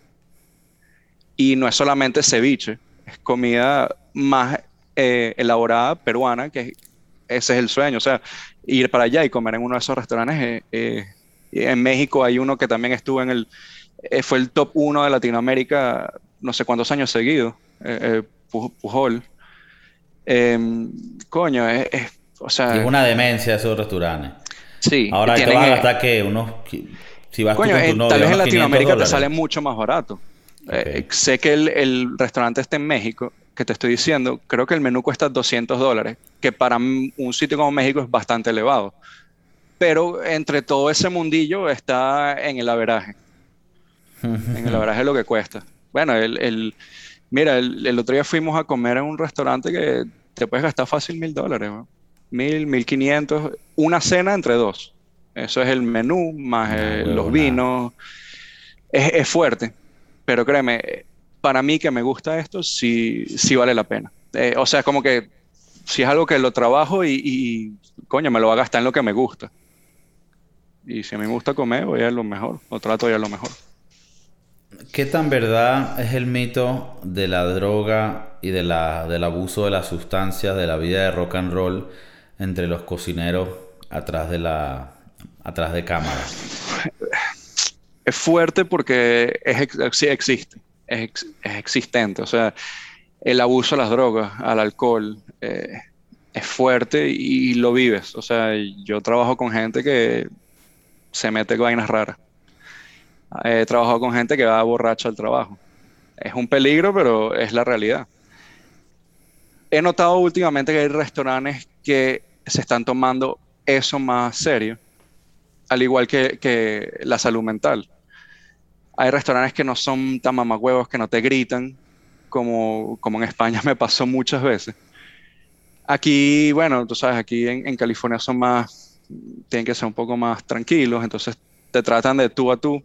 [SPEAKER 2] Y no es solamente ceviche, es comida más eh, elaborada peruana, que ese es el sueño. O sea, ir para allá y comer en uno de esos restaurantes. eh, eh, en México hay uno que también estuvo en el, eh, fue el top uno de Latinoamérica, no sé cuántos años seguidos, eh, eh, Pu- Pujol. Em, coño, es, es- o
[SPEAKER 1] Y es
[SPEAKER 2] sea,
[SPEAKER 1] una demencia esos restaurantes.
[SPEAKER 2] sí,
[SPEAKER 1] Ahora, ¿te
[SPEAKER 2] tienen,
[SPEAKER 1] vas a
[SPEAKER 2] eh,
[SPEAKER 1] gastar qué? Unos, qui- si vas tú
[SPEAKER 2] coño,
[SPEAKER 1] con tu
[SPEAKER 2] en- tal
[SPEAKER 1] novia,
[SPEAKER 2] vez en
[SPEAKER 1] unos quinientos
[SPEAKER 2] Latinoamérica te
[SPEAKER 1] dólares.
[SPEAKER 2] sale mucho más barato.
[SPEAKER 1] Ok.
[SPEAKER 2] Eh, sé que el, el restaurante está en México, que te estoy diciendo, creo que el menú cuesta doscientos dólares, que para m- un sitio como México es bastante elevado. Pero entre todo ese mundillo está en el averaje, en el averaje lo que cuesta. Bueno, el, el- mira, el, el otro día fuimos a comer en un restaurante que te puedes gastar fácil mil dólares, ¿no? Mil, mil quinientos, una cena entre dos. Eso es el menú, más
[SPEAKER 1] Nah,
[SPEAKER 2] eh, los
[SPEAKER 1] huevo, nada.
[SPEAKER 2] vinos. Es, es fuerte, pero créeme, para mí que me gusta esto, sí, sí vale la pena. Eh, o sea, como que si es algo que lo trabajo y, y, coño, me lo va a gastar en lo que me gusta. Y si a mí me gusta comer, voy a lo mejor, o trato de ir a lo mejor.
[SPEAKER 1] ¿Qué tan verdad es el mito de la droga y de la, del abuso de las sustancias de la vida de rock and roll entre los cocineros atrás de la, atrás de cámara?
[SPEAKER 2] Es fuerte porque es, ex- sí existe, es, ex- es existente. O sea, el abuso a las drogas, al alcohol, eh, es fuerte y lo vives. O sea, yo trabajo con gente que se mete con vainas raras. He trabajado con gente que va borracha al trabajo. Es un peligro, pero es la realidad. He notado últimamente que hay restaurantes que se están tomando eso más serio, al igual que, que la salud mental. Hay restaurantes que no son tan mamagüevos, que no te gritan, como, como en España me pasó muchas veces. Aquí, bueno, tú sabes, aquí en, en California son más, tienen que ser un poco más tranquilos, entonces te tratan de tú a tú,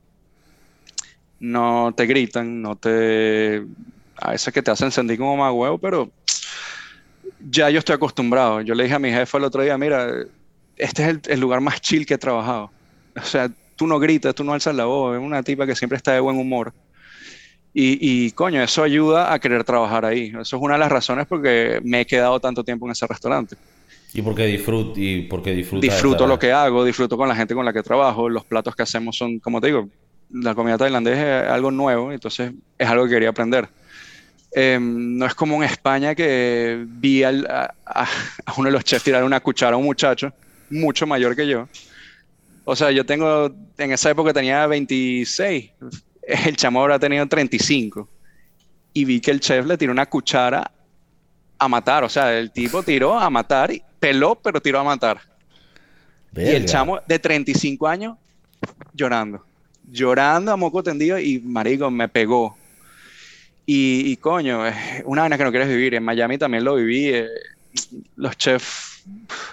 [SPEAKER 2] no te gritan, no te... A veces que te hacen sentir como más huevo, pero ya yo estoy acostumbrado. Yo le dije a mi jefe el otro día, mira, este es el, el lugar más chill que he trabajado. O sea, tú no gritas, tú no alzas la voz, es una tipa que siempre está de buen humor. Y, y coño, eso ayuda a querer trabajar ahí. Eso es una de las razones porque me he quedado tanto tiempo en ese restaurante.
[SPEAKER 1] Y porque disfrut, y porque disfrutas de
[SPEAKER 2] Disfruto lo
[SPEAKER 1] estar.
[SPEAKER 2] que hago, disfruto con la gente con la que trabajo, los platos que hacemos son, como te digo, la comida tailandesa es algo nuevo, entonces es algo que quería aprender. Eh, no es como en España que vi al- a, a- a uno de los chefs tirar una cuchara a un muchacho mucho mayor que yo. O sea, yo tengo, en esa época tenía veintiséis, el chamo habrá tenido treinta y cinco y vi que el chef le tiró una cuchara a matar. O sea, el tipo tiró a matar, y peló, pero tiró a matar. Y el
[SPEAKER 1] Verga.
[SPEAKER 2] chamo de treinta y cinco años llorando, llorando a moco tendido y marico, me pegó. Y, y coño, es una vaina que no quieres vivir. En Miami también lo viví. eh, los chefs,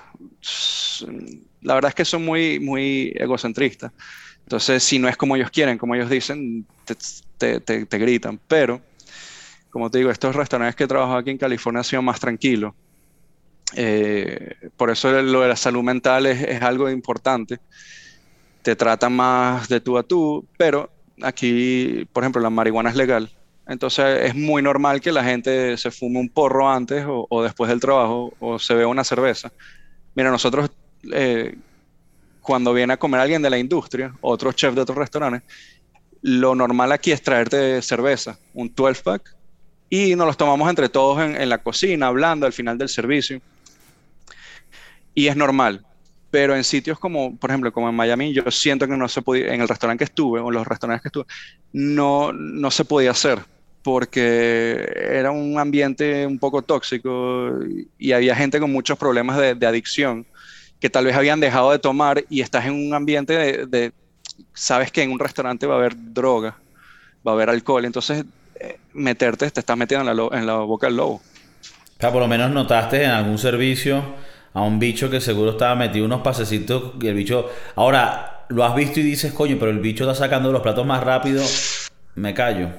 [SPEAKER 2] la verdad es que son muy, muy egocentristas. Entonces, si no es como ellos quieren, como ellos dicen, te, te, te, te gritan. Pero, como te digo, estos restaurantes que trabajo aquí en California han sido más tranquilos. Eh, por eso lo de la salud mental es, es algo importante. te tratan más de tú a tú, pero aquí, por ejemplo, la marihuana es legal. Entonces es muy normal que la gente se fume un porro antes o, o después del trabajo o se beba una cerveza. Mira, nosotros eh, cuando viene a comer alguien de la industria, otro chef de otros restaurantes, lo normal aquí es traerte cerveza, un doce pack, y nos los tomamos entre todos en, en la cocina, hablando al final del servicio. Y es normal. Pero en sitios como, por ejemplo, como en Miami, yo siento que no se podía, en el restaurante que estuve, o los restaurantes que estuve, no, no se podía hacer, porque era un ambiente un poco tóxico y había gente con muchos problemas de, de adicción, que tal vez habían dejado de tomar y estás en un ambiente de, de sabes que en un restaurante va a haber droga, va a haber alcohol, entonces eh, meterte, te estás metiendo en la, lo- en la boca del lobo.
[SPEAKER 1] O sea, por lo menos notaste en algún servicio a un bicho que seguro estaba metido unos pasecitos y el bicho... Ahora, lo has visto y dices, coño, pero el bicho está sacando los platos más rápido, me callo.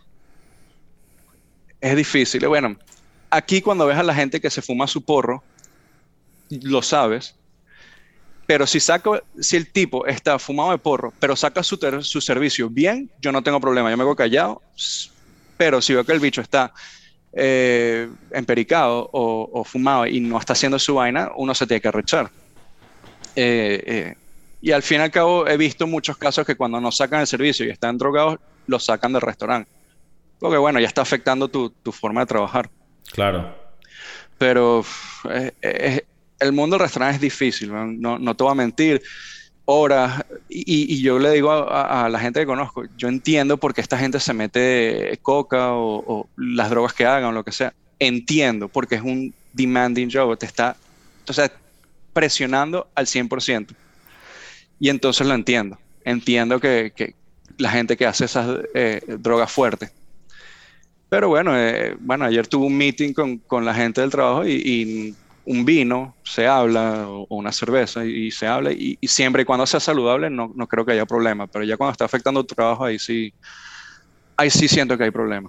[SPEAKER 2] Es difícil. Bueno, aquí cuando ves a la gente que se fuma su porro, lo sabes, pero si saco, si el tipo está fumado de porro, pero saca su, ter- su servicio bien, yo no tengo problema, yo me quedo callado, s- pero si veo que el bicho está eh, empericado o, o fumado y no está haciendo su vaina, uno se tiene que arrechar. Eh, eh, y al fin y al cabo he visto muchos casos que cuando no sacan el servicio y están drogados, lo sacan del restaurante. Porque bueno, ya está afectando tu, tu forma de trabajar.
[SPEAKER 1] Claro.
[SPEAKER 2] Pero uf, eh, eh, el mundo del restaurante es difícil, no, no, no te voy a mentir. Horas, y, y yo le digo a, a la gente que conozco, yo entiendo por qué esta gente se mete coca o, o las drogas que hagan o lo que sea. Entiendo, porque es un demanding job, te está, o sea, presionando al cien por ciento. Y entonces lo entiendo. Entiendo que, que la gente que hace esas eh, drogas fuertes. Pero bueno, eh, bueno, ayer tuve un meeting con, con la gente del trabajo y, y un vino se habla o, o una cerveza y, y se habla y, y siempre y cuando sea saludable no, no creo que haya problema, pero ya cuando está afectando tu trabajo ahí sí, ahí sí siento que hay problema.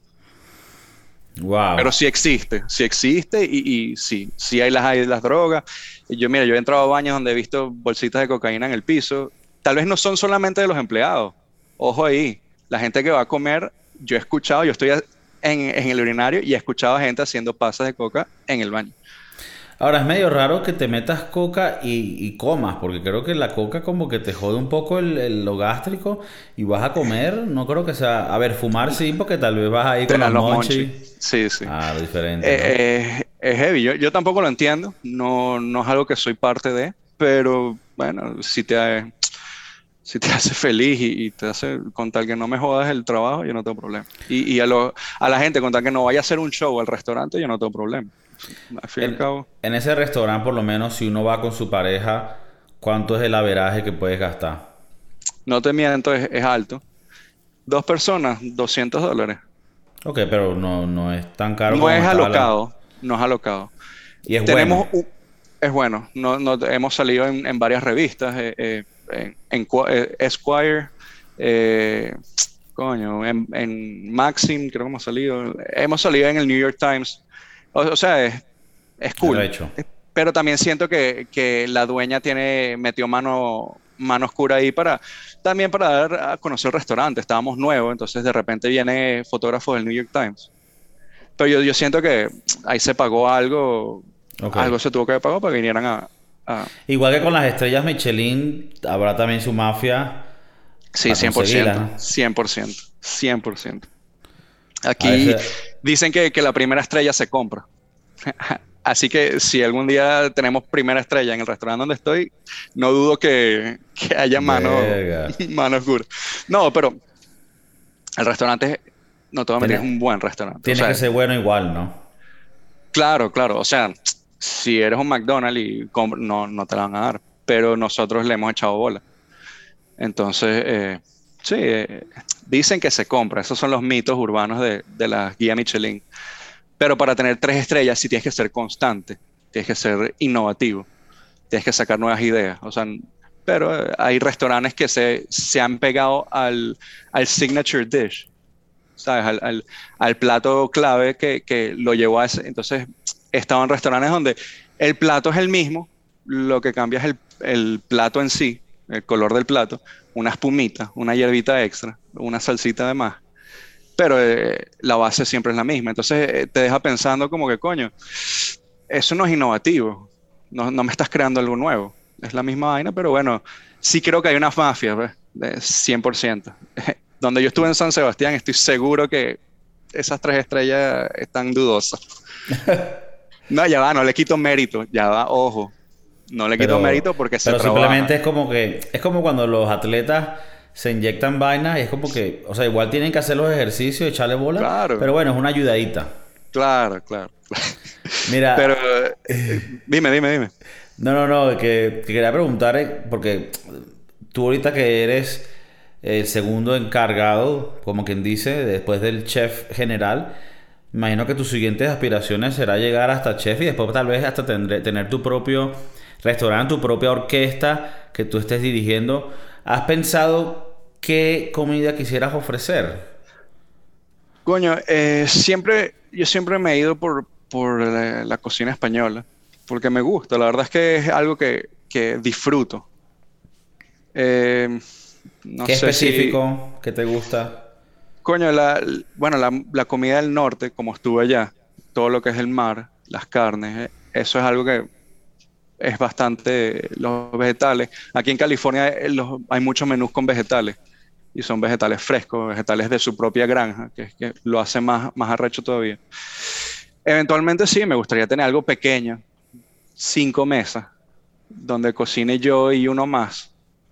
[SPEAKER 2] Pero
[SPEAKER 1] Wow.
[SPEAKER 2] sí existe, sí existe y, y sí, sí hay las, hay las drogas. Y yo, mira, yo he entrado a baños donde he visto bolsitas de cocaína en el piso. Tal vez no son solamente de los empleados. Ojo ahí, la gente que va a comer, yo he escuchado, yo estoy en, en el urinario y he escuchado a gente haciendo pasas de coca en el baño.
[SPEAKER 1] Ahora es medio raro que te metas coca y, y comas, porque creo que la coca como que te jode un poco el, el- lo gástrico y vas a comer, no creo que sea... A ver, fumar sí, porque tal vez vas ahí
[SPEAKER 2] Te
[SPEAKER 1] con los
[SPEAKER 2] dan los monchis.
[SPEAKER 1] monchis.
[SPEAKER 2] Sí, sí.
[SPEAKER 1] Ah, diferente, ¿no?
[SPEAKER 2] Eh, eh, es heavy. Yo, yo tampoco lo entiendo. No, no es algo que soy parte de, pero bueno, si te, si te hace feliz y, y te hace con tal que no me jodas el trabajo, yo no tengo problema. Y, y a, lo- a la gente con tal que no vaya a hacer un show al restaurante, yo no tengo problema. Al fin y al
[SPEAKER 1] En,
[SPEAKER 2] cabo,
[SPEAKER 1] en ese restaurante, por lo menos, si uno va con su pareja, ¿cuánto es el averaje que puedes gastar?
[SPEAKER 2] no te miento, es, es alto. Dos personas, doscientos dólares.
[SPEAKER 1] Ok, pero no, no es tan caro
[SPEAKER 2] No
[SPEAKER 1] como
[SPEAKER 2] es
[SPEAKER 1] estaba la...
[SPEAKER 2] alocado, no es alocado.
[SPEAKER 1] Y es bueno.
[SPEAKER 2] Tenemos, un- es bueno, no, no- hemos salido en, en varias revistas, eh, eh, en, en Qua- eh, Esquire, eh, coño, en, en Maxim, creo que hemos salido, hemos salido en el New York Times, o, o sea, es, es cool.
[SPEAKER 1] Recho.
[SPEAKER 2] Eh, pero también siento que, que la dueña tiene, metió mano, mano oscura ahí para, también para dar a conocer el restaurante, estábamos nuevos, entonces de repente viene fotógrafo del New York Times. Pero yo, yo siento que ahí se pagó algo,
[SPEAKER 1] Ok.
[SPEAKER 2] algo se tuvo que pagar para que vinieran a, a-
[SPEAKER 1] Igual que con las estrellas Michelin, habrá también su mafia
[SPEAKER 2] Sí,
[SPEAKER 1] para
[SPEAKER 2] cien por
[SPEAKER 1] conseguirlas,
[SPEAKER 2] ciento,
[SPEAKER 1] ¿no?
[SPEAKER 2] cien por ciento, cien por ciento.
[SPEAKER 1] A
[SPEAKER 2] Aquí
[SPEAKER 1] veces...
[SPEAKER 2] dicen que, que la primera estrella se compra. Así que si algún día tenemos primera estrella en el restaurante donde estoy, no dudo que, que haya mano,
[SPEAKER 1] Verga.
[SPEAKER 2] mano oscura. No, pero el restaurante, no te voy a mentir, es
[SPEAKER 1] Tiene,
[SPEAKER 2] un buen restaurante. O
[SPEAKER 1] tiene que
[SPEAKER 2] sea,
[SPEAKER 1] ser bueno igual, ¿no?
[SPEAKER 2] claro, claro. O sea, si eres un McDonald's y com- no, no te la van a dar. Pero nosotros le hemos echado bola. Entonces, eh, sí, eh, dicen que se compra. Esos son los mitos urbanos de, de la guía Michelin. Pero para tener tres estrellas sí tienes que ser constante, tienes que ser innovativo, tienes que sacar nuevas ideas. O sea, pero eh, hay restaurantes que se, se han pegado al, al signature dish, ¿sabes? Al, al, al plato clave que, que lo llevó a ese. Entonces, he estado en restaurantes donde el plato es el mismo, lo que cambia es el, el plato en sí, el color del plato, una espumita, una hierbita extra, una salsita de más. Pero eh, la base siempre es la misma. Entonces eh, te deja pensando como que, coño, eso no es innovativo. No, no me estás creando algo nuevo. Es la misma vaina, pero bueno, sí creo que hay unas mafias, ¿ves? De cien por ciento. Donde yo estuve en San Sebastián, estoy seguro que esas tres estrellas están dudosas. No, ya va, no le quito mérito. Ya va, ojo. No le quito
[SPEAKER 1] Pero,
[SPEAKER 2] mérito porque se
[SPEAKER 1] pero
[SPEAKER 2] trabaja.
[SPEAKER 1] simplemente es como que, es como cuando los atletas se inyectan vainas y es como que, o sea, igual tienen que hacer los ejercicios, echarle bola,
[SPEAKER 2] Claro,
[SPEAKER 1] pero bueno, es una ayudadita.
[SPEAKER 2] claro, claro. Pero,
[SPEAKER 1] Mira,
[SPEAKER 2] eh, dime, dime, dime.
[SPEAKER 1] no, no, no, que, que quería preguntar, eh, porque tú ahorita que eres el segundo encargado, como quien dice, después del chef general, imagino que tus siguientes aspiraciones será llegar hasta chef y después tal vez hasta tendré- tener tu propio restaurante, tu propia orquesta que tú estés dirigiendo. ¿Has pensado qué comida quisieras ofrecer?
[SPEAKER 2] Coño, eh, siempre, yo siempre me he ido por, por la, la cocina española, porque me gusta. La verdad es que es algo que, que disfruto. Eh, no
[SPEAKER 1] ¿Qué
[SPEAKER 2] sé si,
[SPEAKER 1] específico que te gusta?
[SPEAKER 2] coño, la, bueno, la, la comida del norte, como estuve allá, todo lo que es el mar, las carnes, eh, eso es algo que es bastante, los vegetales. Aquí en California eh, los- hay muchos menús con vegetales y son vegetales frescos, vegetales de su propia granja, que, es que lo hace más, más arrecho todavía. Eventualmente sí, me gustaría tener algo pequeño, cinco mesas, donde cocine yo y uno más.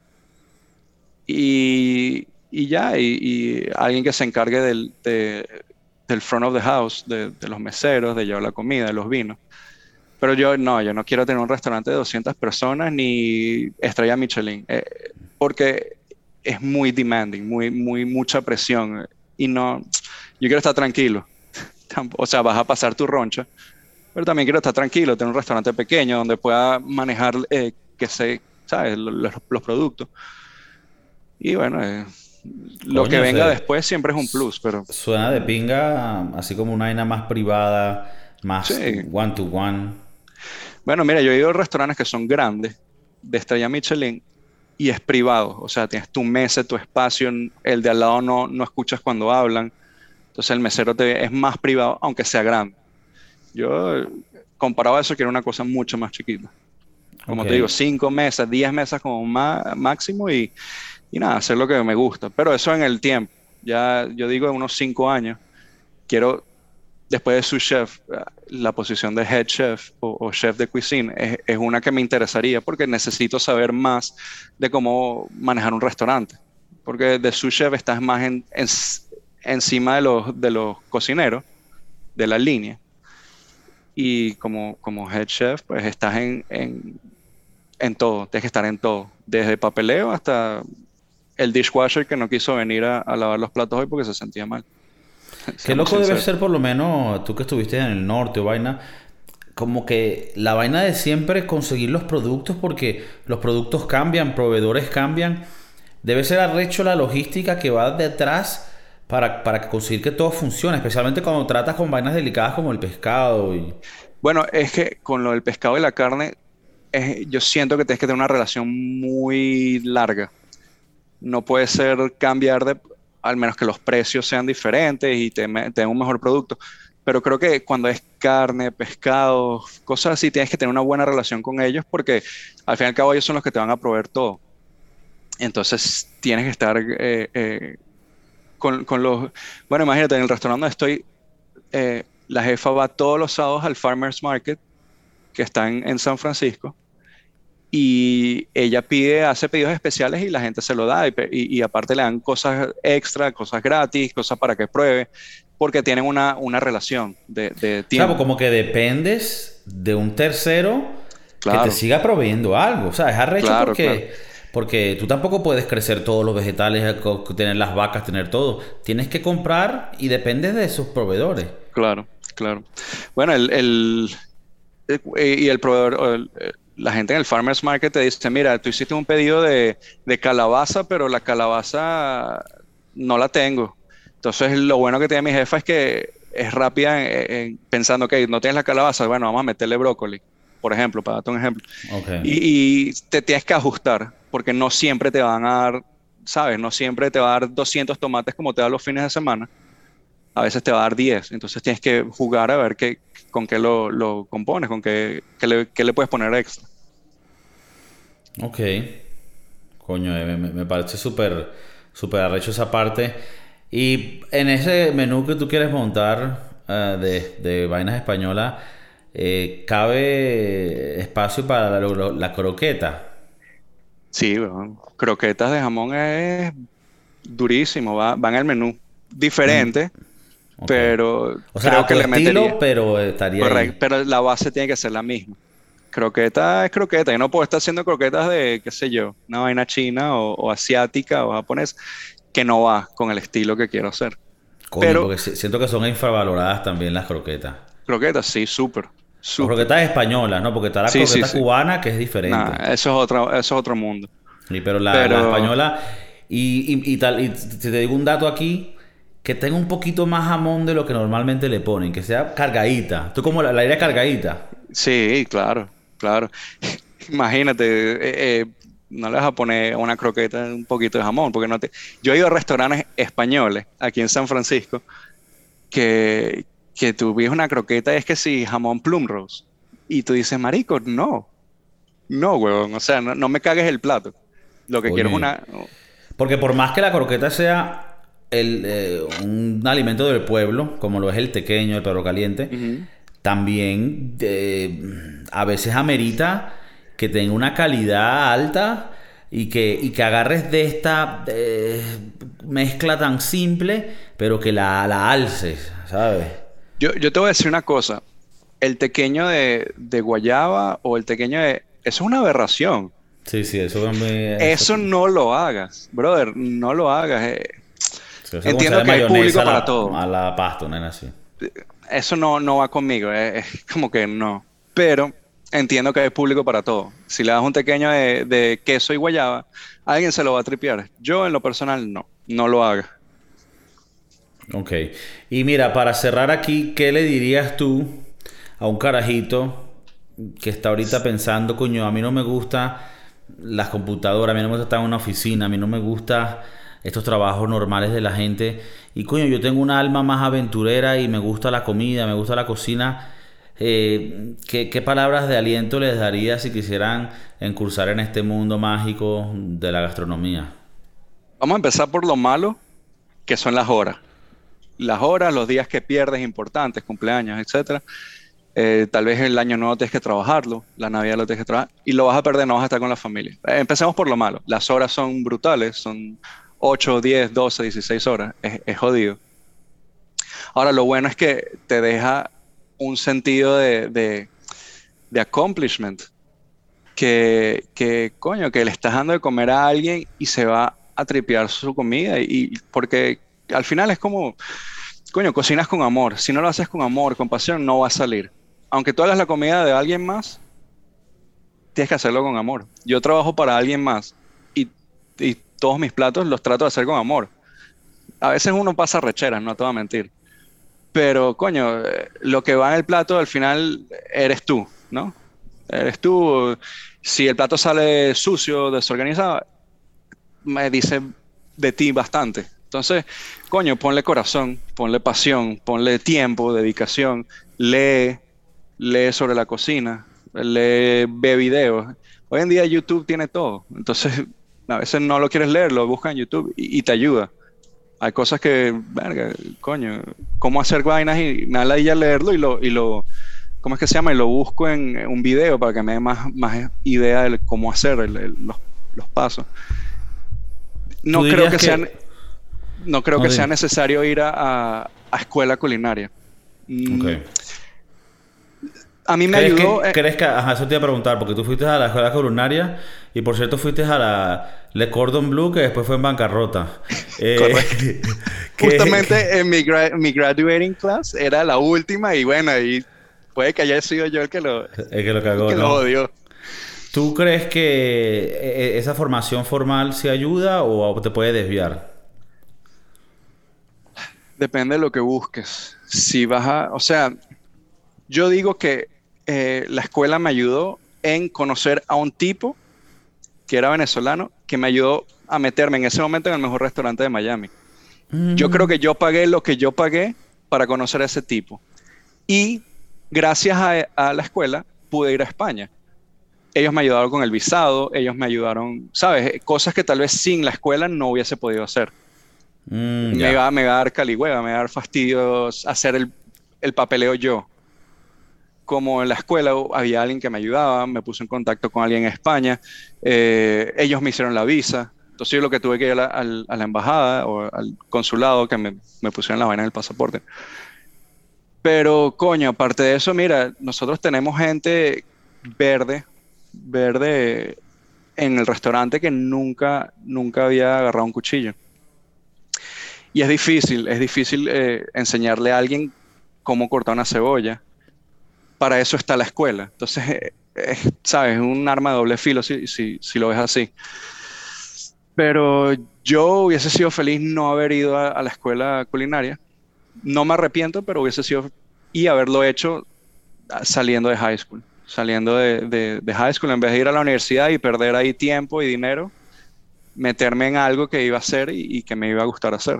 [SPEAKER 2] Y, y ya, y, y alguien que se encargue del, de- del front of the house, de, de los meseros, de llevar la comida, de los vinos. Pero yo no, yo no quiero tener un restaurante de doscientas personas ni estrella Michelin, eh, porque es muy demanding, muy, muy, mucha presión. Y no, yo quiero estar tranquilo. Tamp- O sea, vas a pasar tu roncha, pero también quiero estar tranquilo, tener un restaurante pequeño donde pueda manejar, eh, que sé, ¿sabes? Lo- Los, los productos. Y bueno, eh, lo que
[SPEAKER 1] Coño,
[SPEAKER 2] venga
[SPEAKER 1] se,
[SPEAKER 2] después siempre es un plus, pero
[SPEAKER 1] suena de pinga, así como una vaina más privada, más
[SPEAKER 2] sí.
[SPEAKER 1] one to one.
[SPEAKER 2] Bueno, mira, yo he ido a restaurantes que son grandes, de estrella Michelin, y es privado. O sea, tienes tu mesa, tu espacio, el de al lado no, no escuchas cuando hablan. Entonces el mesero te, es más privado, aunque sea grande. Yo, eh, comparado a eso, quiero una cosa mucho más chiquita.
[SPEAKER 1] Ok.
[SPEAKER 2] Como te digo, cinco mesas, diez mesas como má- máximo y, y nada, hacer lo que me gusta. Pero eso en el tiempo. Ya yo digo en unos cinco años, quiero después de sous chef, eh, la posición de head chef o, o chef de cuisine es, es una que me interesaría porque necesito saber más de cómo manejar un restaurante. Porque de sous chef estás más en, en- encima de los, de los cocineros, de la línea. Y como, como head chef, pues estás en, en, en todo, tienes que estar en todo. Desde papeleo hasta el dishwasher que no quiso venir a, a lavar los platos hoy porque se sentía mal,
[SPEAKER 1] Qué
[SPEAKER 2] seamos
[SPEAKER 1] loco debe
[SPEAKER 2] sinceros.
[SPEAKER 1] ser por lo menos tú que estuviste en el norte o vaina, como que la vaina de siempre es conseguir los productos porque los productos cambian, proveedores cambian. Debe ser arrecho la logística que va detrás para, para conseguir que todo funcione, especialmente cuando tratas con vainas delicadas como el pescado y...
[SPEAKER 2] Bueno, es que con lo del pescado y la carne, es- yo siento que tienes que tener una relación muy larga. No puede ser cambiar de, al menos que los precios sean diferentes y te, me- te den un mejor producto. Pero creo que cuando es carne, pescado, cosas así, tienes que tener una buena relación con ellos porque al fin y al cabo ellos son los que te van a proveer todo. Entonces tienes que estar eh, eh, con, con los... Bueno, imagínate, en el restaurante donde estoy, eh, la jefa va todos los sábados al Farmers Market que está en, en San Francisco y ella pide, hace pedidos especiales y la gente se lo da y, pe- y- y aparte le dan cosas extra, cosas gratis, cosas para que pruebe, porque tienen una, una relación de, de
[SPEAKER 1] O sea, pues
[SPEAKER 2] tiempo.
[SPEAKER 1] como que dependes de un tercero que te
[SPEAKER 2] Claro,
[SPEAKER 1] siga proveyendo algo. O sea, es arrecho
[SPEAKER 2] claro, claro,
[SPEAKER 1] porque, porque tú tampoco puedes crecer todos los vegetales, eh, co- tener las vacas, tener todo. Tienes que comprar y dependes de esos proveedores.
[SPEAKER 2] claro, claro. Bueno, el, el- eh, y el proveedor, o el- eh, la gente en el Farmers Market te dice, mira, tú hiciste un pedido de, de calabaza, pero la calabaza no la tengo. Entonces, lo bueno que tiene mi jefa es que es rápida en, en- pensando, ok, no tienes la calabaza, bueno, vamos a meterle brócoli, por ejemplo, para darte un ejemplo.
[SPEAKER 1] Ok.
[SPEAKER 2] Y, y te tienes que ajustar. porque no siempre te van a dar, ¿sabes? No siempre te va a dar doscientos tomates como te da los fines de semana. A veces te va a dar diez. Entonces tienes que jugar a ver qué, con qué lo, lo compones, con qué, qué, le, qué le puedes poner extra.
[SPEAKER 1] Ok. Coño, eh, me, me parece súper, súper arrecho esa parte. Y en ese menú que tú quieres montar eh, de, de vainas españolas, eh, ¿cabe espacio para la, la- la croqueta?
[SPEAKER 2] Sí, bueno, croquetas de jamón es durísimo, va, va en el menú.
[SPEAKER 1] Mm,
[SPEAKER 2] Diferente,
[SPEAKER 1] ok.
[SPEAKER 2] pero
[SPEAKER 1] O sea,
[SPEAKER 2] creo
[SPEAKER 1] a
[SPEAKER 2] que
[SPEAKER 1] tu
[SPEAKER 2] le
[SPEAKER 1] estilo,
[SPEAKER 2] metería.
[SPEAKER 1] pero estaría
[SPEAKER 2] Correcto,
[SPEAKER 1] ahí.
[SPEAKER 2] pero la base tiene que ser la misma. Croqueta es croqueta. Yo no puedo estar haciendo croquetas de, qué sé yo, una vaina china o, o asiática o japonesa, que no va con el estilo que quiero hacer.
[SPEAKER 1] Coño,
[SPEAKER 2] Pero
[SPEAKER 1] porque si- siento que son infravaloradas también las croquetas.
[SPEAKER 2] croquetas, sí, súper,
[SPEAKER 1] Las
[SPEAKER 2] súper.
[SPEAKER 1] croquetas españolas, ¿no? Porque está la
[SPEAKER 2] Sí, sí,
[SPEAKER 1] croqueta
[SPEAKER 2] sí.
[SPEAKER 1] cubana que es
[SPEAKER 2] Nada,
[SPEAKER 1] diferente.
[SPEAKER 2] eso es otro, eso es otro mundo.
[SPEAKER 1] Sí, pero la, la
[SPEAKER 2] Pero
[SPEAKER 1] española, y, y, y tal, y te te digo un dato aquí, que tenga un poquito más jamón de lo que normalmente le ponen, que sea cargadita. Tú como la, la idea cargadita.
[SPEAKER 2] sí, claro, claro. Imagínate, eh, eh, no le vas a poner a una croqueta un poquito de jamón, porque no te... Yo he ido a restaurantes españoles aquí en San Francisco que, que tú ves una croqueta y es que sí, jamón plum rose. Y tú dices, marico, no, no, huevón, o sea, no, no me cagues el plato. Lo que quiero
[SPEAKER 1] Coño.
[SPEAKER 2] es
[SPEAKER 1] y-
[SPEAKER 2] una...
[SPEAKER 1] Porque por más que la croqueta sea el, eh, un alimento del pueblo, como lo es el tequeño, el perro caliente,
[SPEAKER 2] Ujú.
[SPEAKER 1] también eh, a veces amerita que tenga una calidad alta y que, y que agarres de esta eh, mezcla tan simple, pero que la, la alces, ¿sabes?
[SPEAKER 2] Yo, yo te voy a decir una cosa, el tequeño de, de guayaba o el tequeño de... Eso es una aberración.
[SPEAKER 1] Sí, sí, eso es muy... Eso,
[SPEAKER 2] Eso no lo hagas, brother, no lo hagas. eh.
[SPEAKER 1] sí, eso es como
[SPEAKER 2] Entiendo
[SPEAKER 1] echarle
[SPEAKER 2] que hay
[SPEAKER 1] mayonesa
[SPEAKER 2] público
[SPEAKER 1] a
[SPEAKER 2] para
[SPEAKER 1] la,
[SPEAKER 2] todo.
[SPEAKER 1] a la pasta, nena, así.
[SPEAKER 2] Eso no, no va conmigo, eh, es como que no. Pero entiendo que hay público para todo. Si le das un pequeño de, de queso y guayaba, alguien se lo va a tripear. Yo en lo personal no, no lo haga.
[SPEAKER 1] Ok. Y mira, para cerrar aquí, ¿qué le dirías tú a un carajito que está ahorita pensando, coño, a mí no me gusta las computadoras, a mí no me gusta estar en una oficina, a mí no me gusta estos trabajos normales de la gente, y coño, yo tengo una alma más aventurera y me gusta la comida, me gusta la cocina? Eh, ¿qué, qué palabras de aliento les daría si quisieran incursar en este mundo mágico de la gastronomía?
[SPEAKER 2] Vamos a empezar por lo malo, que son las horas. Las horas, los días que pierdes importantes, cumpleaños, etcétera. Eh, tal vez el año nuevo tienes que trabajarlo, la Navidad lo tienes que trabajar y lo vas a perder, no vas a estar con la familia. Eh, empecemos por lo malo. Las horas son brutales, son ocho, diez, doce, dieciséis horas. Es, es jodido. Ahora, lo bueno es que te deja un sentido de, de, de accomplishment, que, que, coño, que le estás dando de comer a alguien y se va a tripear su comida. Y, y porque al final es como, coño, cocinas con amor. Si no lo haces con amor, con pasión, no va a salir. Aunque tú hagas la comida de alguien más, tienes que hacerlo con amor. Yo trabajo para alguien más y, y todos mis platos los trato de hacer con amor. A veces uno pasa recheras, no te voy a mentir. Pero, coño, eh, lo que va en el plato al final eres tú, ¿no? Eres tú. Si el plato sale sucio, desorganizado, me dice de ti bastante. Entonces, coño, ponle corazón, ponle pasión, ponle tiempo, dedicación, lee, lee sobre la cocina, lee, ve videos. Hoy en día YouTube tiene todo. Entonces, a veces no lo quieres leer, lo buscas en YouTube y, y te ayuda. Hay cosas que, verga, coño, cómo hacer vainas y me da la idea leerlo y lo, y lo, ¿cómo es que se llama? Y lo busco en un video para que me dé más, más idea de cómo hacer el- el- los, los pasos.
[SPEAKER 1] ¿Tú
[SPEAKER 2] No creo
[SPEAKER 1] dirías
[SPEAKER 2] que sea,
[SPEAKER 1] que...
[SPEAKER 2] no creo
[SPEAKER 1] No,
[SPEAKER 2] que sea
[SPEAKER 1] dime.
[SPEAKER 2] necesario ir a, a- a escuela culinaria.
[SPEAKER 1] Ok.
[SPEAKER 2] Mm, a mí me
[SPEAKER 1] ¿Crees
[SPEAKER 2] ayudó,
[SPEAKER 1] que,
[SPEAKER 2] eh,
[SPEAKER 1] crees que, ajá, eso te iba a preguntar, porque tú fuiste a la escuela culinaria y por cierto fuiste a la Le Cordon Bleu, que después fue en bancarrota.
[SPEAKER 2] correcto.
[SPEAKER 1] Eh, ¿qué- qué-
[SPEAKER 2] Justamente en mi, gra- mi graduating class era la última y bueno, y puede que haya sido yo el que lo,
[SPEAKER 1] es que lo
[SPEAKER 2] el
[SPEAKER 1] cagó,
[SPEAKER 2] que lo
[SPEAKER 1] ¿no?
[SPEAKER 2] odió.
[SPEAKER 1] ¿Tú crees que eh, esa formación formal se ayuda o te puede desviar?
[SPEAKER 2] Depende de lo que busques. Si vas a, o sea, yo digo que eh, la escuela me ayudó en conocer a un tipo que era venezolano, que me ayudó a meterme en ese momento en el mejor restaurante de Miami. Mm. Yo creo que yo pagué lo que yo pagué para conocer a ese tipo. Y gracias a, a la escuela pude ir a España. Ellos me ayudaron con el visado, ellos me ayudaron, ¿sabes? Cosas que tal vez sin la escuela no hubiese podido hacer. Mm, me, iba, me iba a dar caligüeva, me iba a dar fastidios hacer el, el papeleo yo. Como en la escuela había alguien que me ayudaba, me puse en contacto con alguien en España, eh, ellos me hicieron la visa. Entonces yo lo que tuve que ir a la, a la embajada o al consulado que me, me pusieron la vaina en el pasaporte. Pero, coño, aparte de eso, mira, nosotros tenemos gente verde, verde en el restaurante que nunca, nunca había agarrado un cuchillo. Y es difícil, es difícil eh, enseñarle a alguien cómo cortar una cebolla. Para eso está la escuela. Entonces, eh, eh, ¿sabes? Es un arma de doble filo si, si, si lo ves así. Pero yo hubiese sido feliz no haber ido a, a la escuela culinaria. No me arrepiento, pero hubiese sido... Y haberlo hecho saliendo de high school. Saliendo de, de, de high school, en vez de ir a la universidad y perder ahí tiempo y dinero, meterme en algo que iba a hacer y, y que me iba a gustar hacer.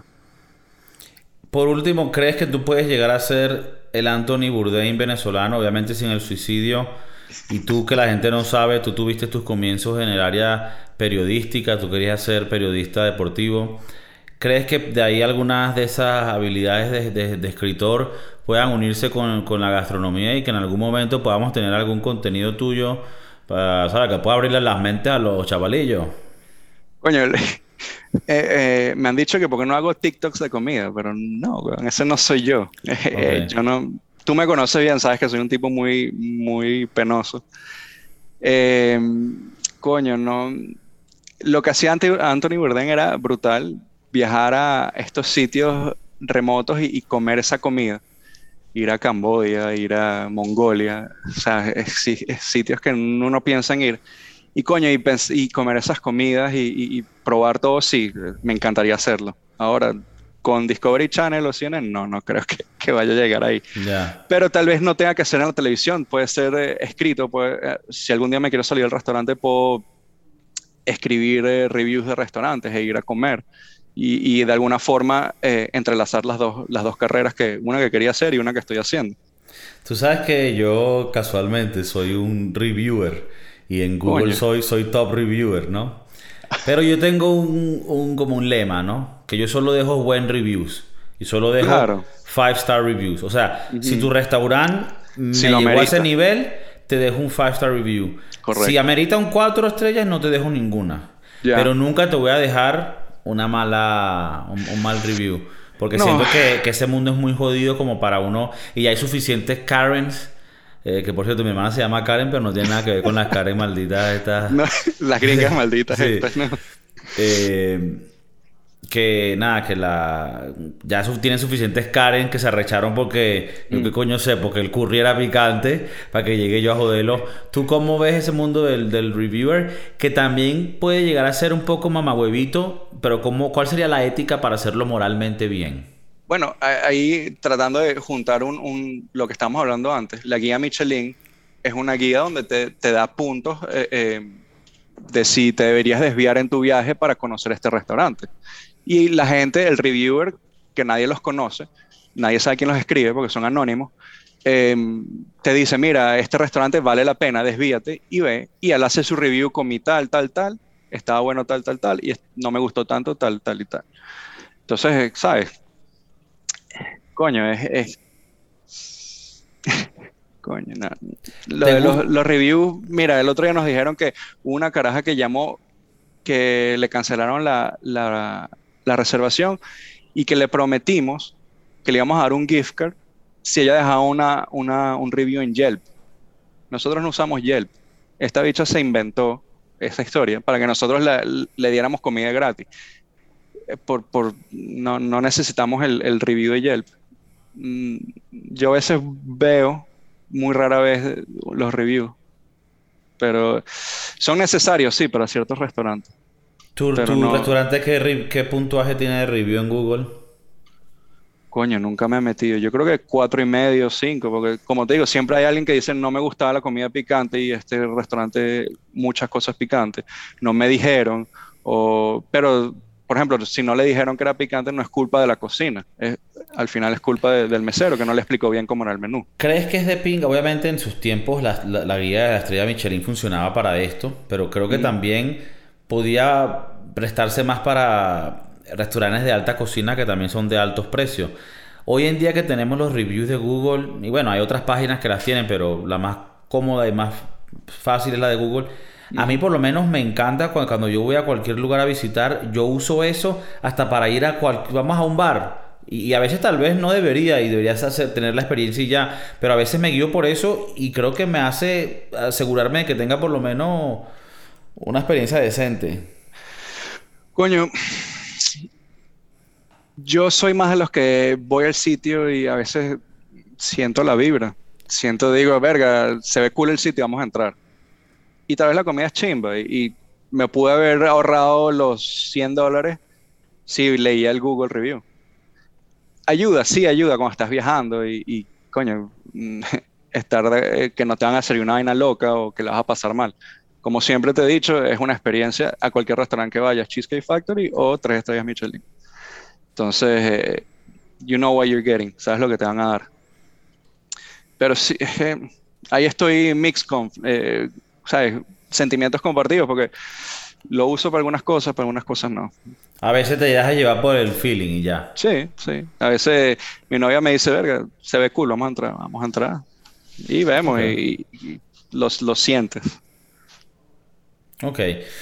[SPEAKER 1] Por último, ¿crees que tú puedes llegar a ser el Anthony Bourdain venezolano, obviamente sin el suicidio? Y tú, que la gente no sabe, tú tuviste tus comienzos en el área periodística, tú querías ser periodista deportivo. ¿Crees que de ahí algunas de esas habilidades de, de, de escritor puedan unirse con, con la gastronomía y que en algún momento podamos tener algún contenido tuyo para, ¿sabes?, que pueda abrirle las mentes a los chavalillos?
[SPEAKER 2] Coño, eh, eh, me han dicho que porque no hago TikToks de comida, pero no, ese no soy yo. Okay. Eh, yo no... Tú me conoces bien, sabes que soy un tipo muy, muy penoso. Eh, coño, no... Lo que hacía Anthony Bourdain era brutal. Viajar a estos sitios remotos y, y comer esa comida. Ir a Camboya, ir a Mongolia. O sea, es, es sitios que uno no piensa en ir. Y coño, y, y comer esas comidas y, y, y probar todo, sí, me encantaría hacerlo. Ahora, con Discovery Channel o C N N, no, no creo que, que vaya a llegar ahí. Yeah. Pero tal vez no tenga que ser en la televisión, puede ser eh, escrito. Puede, eh, si algún día me quiero salir del restaurante, puedo escribir eh, reviews de restaurantes e ir a comer. Y, y de alguna forma eh, entrelazar las dos, las dos carreras, que una que quería hacer y una que estoy haciendo.
[SPEAKER 1] Tú sabes que yo casualmente soy un reviewer y en Google Coño. soy soy top reviewer, ¿no? Pero yo tengo un, un como un lema, ¿no? Que yo solo dejo buen reviews y solo dejo claro. five star reviews. O sea, uh-huh. si tu restaurante me si llegó a ese nivel, te dejo un five star review. Correcto. Si amerita un cuatro estrellas, no te dejo ninguna. Yeah. Pero nunca te voy a dejar una mala un, un mal review, porque no. siento que, que ese mundo es muy jodido como para uno, y hay suficientes Karens, eh, que por cierto mi hermana se llama Karen, pero no tiene nada que ver con las Karen malditas estas.
[SPEAKER 2] No, las gringas malditas
[SPEAKER 1] sí.
[SPEAKER 2] estas, no.
[SPEAKER 1] eh, que nada, que la ya su, tienen suficientes Karen que se arrecharon porque mm. yo qué coño sé, porque el curry era picante para que llegue yo a joderlo. ¿Tú cómo ves ese mundo del, del reviewer, que también puede llegar a ser un poco mamahuevito, pero cómo, cuál sería la ética para hacerlo moralmente bien?
[SPEAKER 2] Bueno, ahí tratando de juntar un, un, lo que estábamos hablando antes, la guía Michelin es una guía donde te, te da puntos eh, eh, de si te deberías desviar en tu viaje para conocer este restaurante. Y la gente, el reviewer, que nadie los conoce, nadie sabe quién los escribe porque son anónimos, eh, te dice, mira, este restaurante vale la pena, desvíate y ve. Y él hace su review con mi tal, tal, tal, estaba bueno tal, tal, tal, y no me gustó tanto tal, tal y tal. Entonces, ¿sabes? Coño, es... es... Coño, no. Lo de los, los reviews, mira, el otro día nos dijeron que una caraja que llamó que le cancelaron la, la, la reservación y que le prometimos que le íbamos a dar un gift card si ella dejaba una, una, un review en Yelp. Nosotros no usamos Yelp. Esta bicha se inventó esa historia para que nosotros la, le diéramos comida gratis. Por, por, no, no necesitamos el, el review de Yelp. Yo a veces veo, muy rara vez, los reviews. Pero son necesarios, sí, para ciertos restaurantes.
[SPEAKER 1] ¿Tu, tu no... restaurante qué, qué puntuaje tiene de review en Google?
[SPEAKER 2] Coño, nunca me he metido. Yo creo que cuatro y medio, cinco, porque como te digo, siempre hay alguien que dice no me gustaba la comida picante y este restaurante muchas cosas picantes. No me dijeron, o, pero por ejemplo, si no le dijeron que era picante, no es culpa de la cocina. Es, al final es culpa de, del mesero que no le explicó bien cómo era el menú.
[SPEAKER 1] ¿Crees que es de pinga? Obviamente en sus tiempos la, la, la guía de la estrella Michelin funcionaba para esto, pero creo que mm. también podía prestarse más para restaurantes de alta cocina que también son de altos precios. Hoy en día que tenemos los reviews de Google, y bueno, hay otras páginas que las tienen, pero la más cómoda y más fácil es la de Google. A mí por lo menos me encanta cuando, cuando yo voy a cualquier lugar a visitar, yo uso eso hasta para ir a cual, vamos a un bar. Y, y a veces tal vez no debería y deberías hacer, tener la experiencia y ya, pero a veces me guío por eso y creo que me hace asegurarme de que tenga por lo menos una experiencia decente.
[SPEAKER 2] Coño, yo soy más de los que voy al sitio y a veces siento la vibra. Siento, digo, verga, se ve cool el sitio, vamos a entrar. Y tal vez la comida es chimba y, y me pude haber ahorrado los cien dólares si leía el Google Review. Ayuda, sí ayuda cuando estás viajando y, y coño, estar de, que no te van a hacer una vaina loca o que la vas a pasar mal. Como siempre te he dicho, es una experiencia a cualquier restaurante que vayas, Cheesecake Factory o tres estrellas Michelin. Entonces, eh, you know what you're getting, sabes lo que te van a dar. Pero sí, eh, ahí estoy mixed con, eh, ¿sabes? Sentimientos compartidos, porque lo uso para algunas cosas, para algunas cosas no.
[SPEAKER 1] A veces te dejas llevar por el feeling y ya.
[SPEAKER 2] Sí, sí. A veces mi novia me dice, verga, se ve cool, vamos a entrar, vamos a entrar. Y vemos, okay. y, y los, los sientes.
[SPEAKER 1] Ok.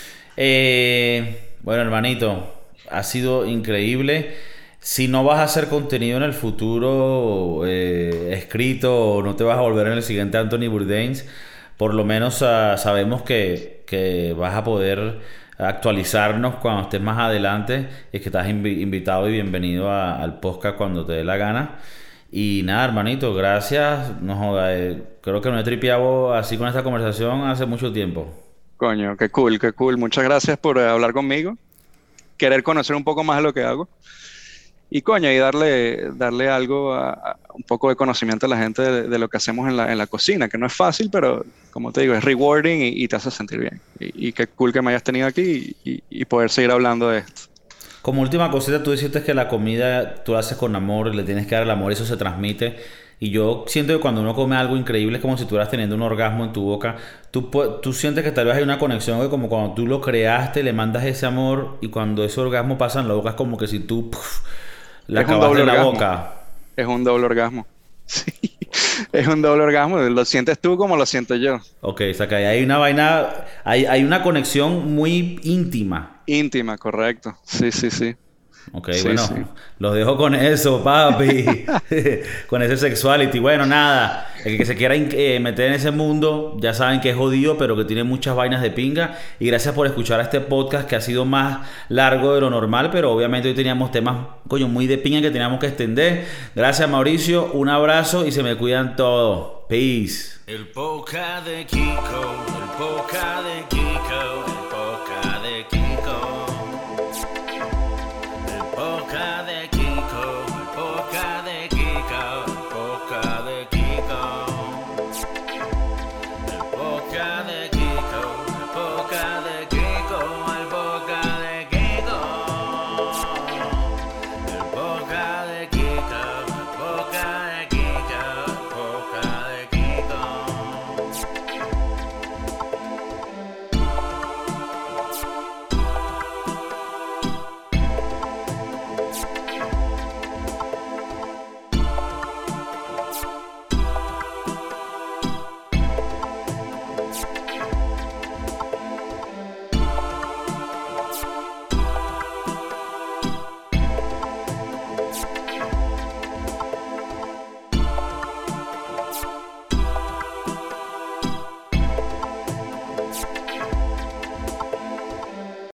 [SPEAKER 1] Eh, bueno, hermanito, ha sido increíble. Si no vas a hacer contenido en el futuro eh, escrito o no te vas a volver en el siguiente Anthony Bourdain, por lo menos uh, sabemos que, que vas a poder actualizarnos cuando estés más adelante. Es que estás invi- invitado y bienvenido a, al podcast cuando te dé la gana. Y nada, hermanito, gracias. No joda, eh, creo que no he tripeado así con esta conversación hace mucho tiempo.
[SPEAKER 2] Coño, qué cool, qué cool. Muchas gracias por uh, hablar conmigo. Querer conocer un poco más de lo que hago. Y coño, y darle, darle algo, a, a un poco de conocimiento a la gente de, de lo que hacemos en la, en la cocina, que no es fácil, pero como te digo, es rewarding y, y te hace sentir bien. Y, y qué cool que me hayas tenido aquí y, y, y poder seguir hablando de esto.
[SPEAKER 1] Como última cosita, tú dijiste que la comida tú la haces con amor, le tienes que dar el amor, eso se transmite. Y yo siento que cuando uno come algo increíble es como si estuvieras teniendo un orgasmo en tu boca. Tú, tú sientes que tal vez hay una conexión que como cuando tú lo creaste, le mandas ese amor y cuando ese orgasmo pasa en la boca es como que si tú... Puf, la acabaste en la boca.
[SPEAKER 2] Es un doble orgasmo. Sí. Es un doble orgasmo. Lo sientes tú como lo siento yo.
[SPEAKER 1] Ok, o sea que hay una vaina... Hay, hay una conexión muy íntima.
[SPEAKER 2] Íntima, correcto. Sí, sí, sí.
[SPEAKER 1] Ok, sí, bueno, sí. Los dejo con eso, papi. Con ese sexuality. Bueno, nada. El que se quiera eh, meter en ese mundo, ya saben que es jodido, pero que tiene muchas vainas de pinga. Y gracias por escuchar este podcast que ha sido más largo de lo normal, pero obviamente hoy teníamos temas, coño, muy de pinga que teníamos que extender. Gracias, Mauricio. Un abrazo y se me cuidan todos. Peace. El podcast de Kiko, el podcast de Kiko.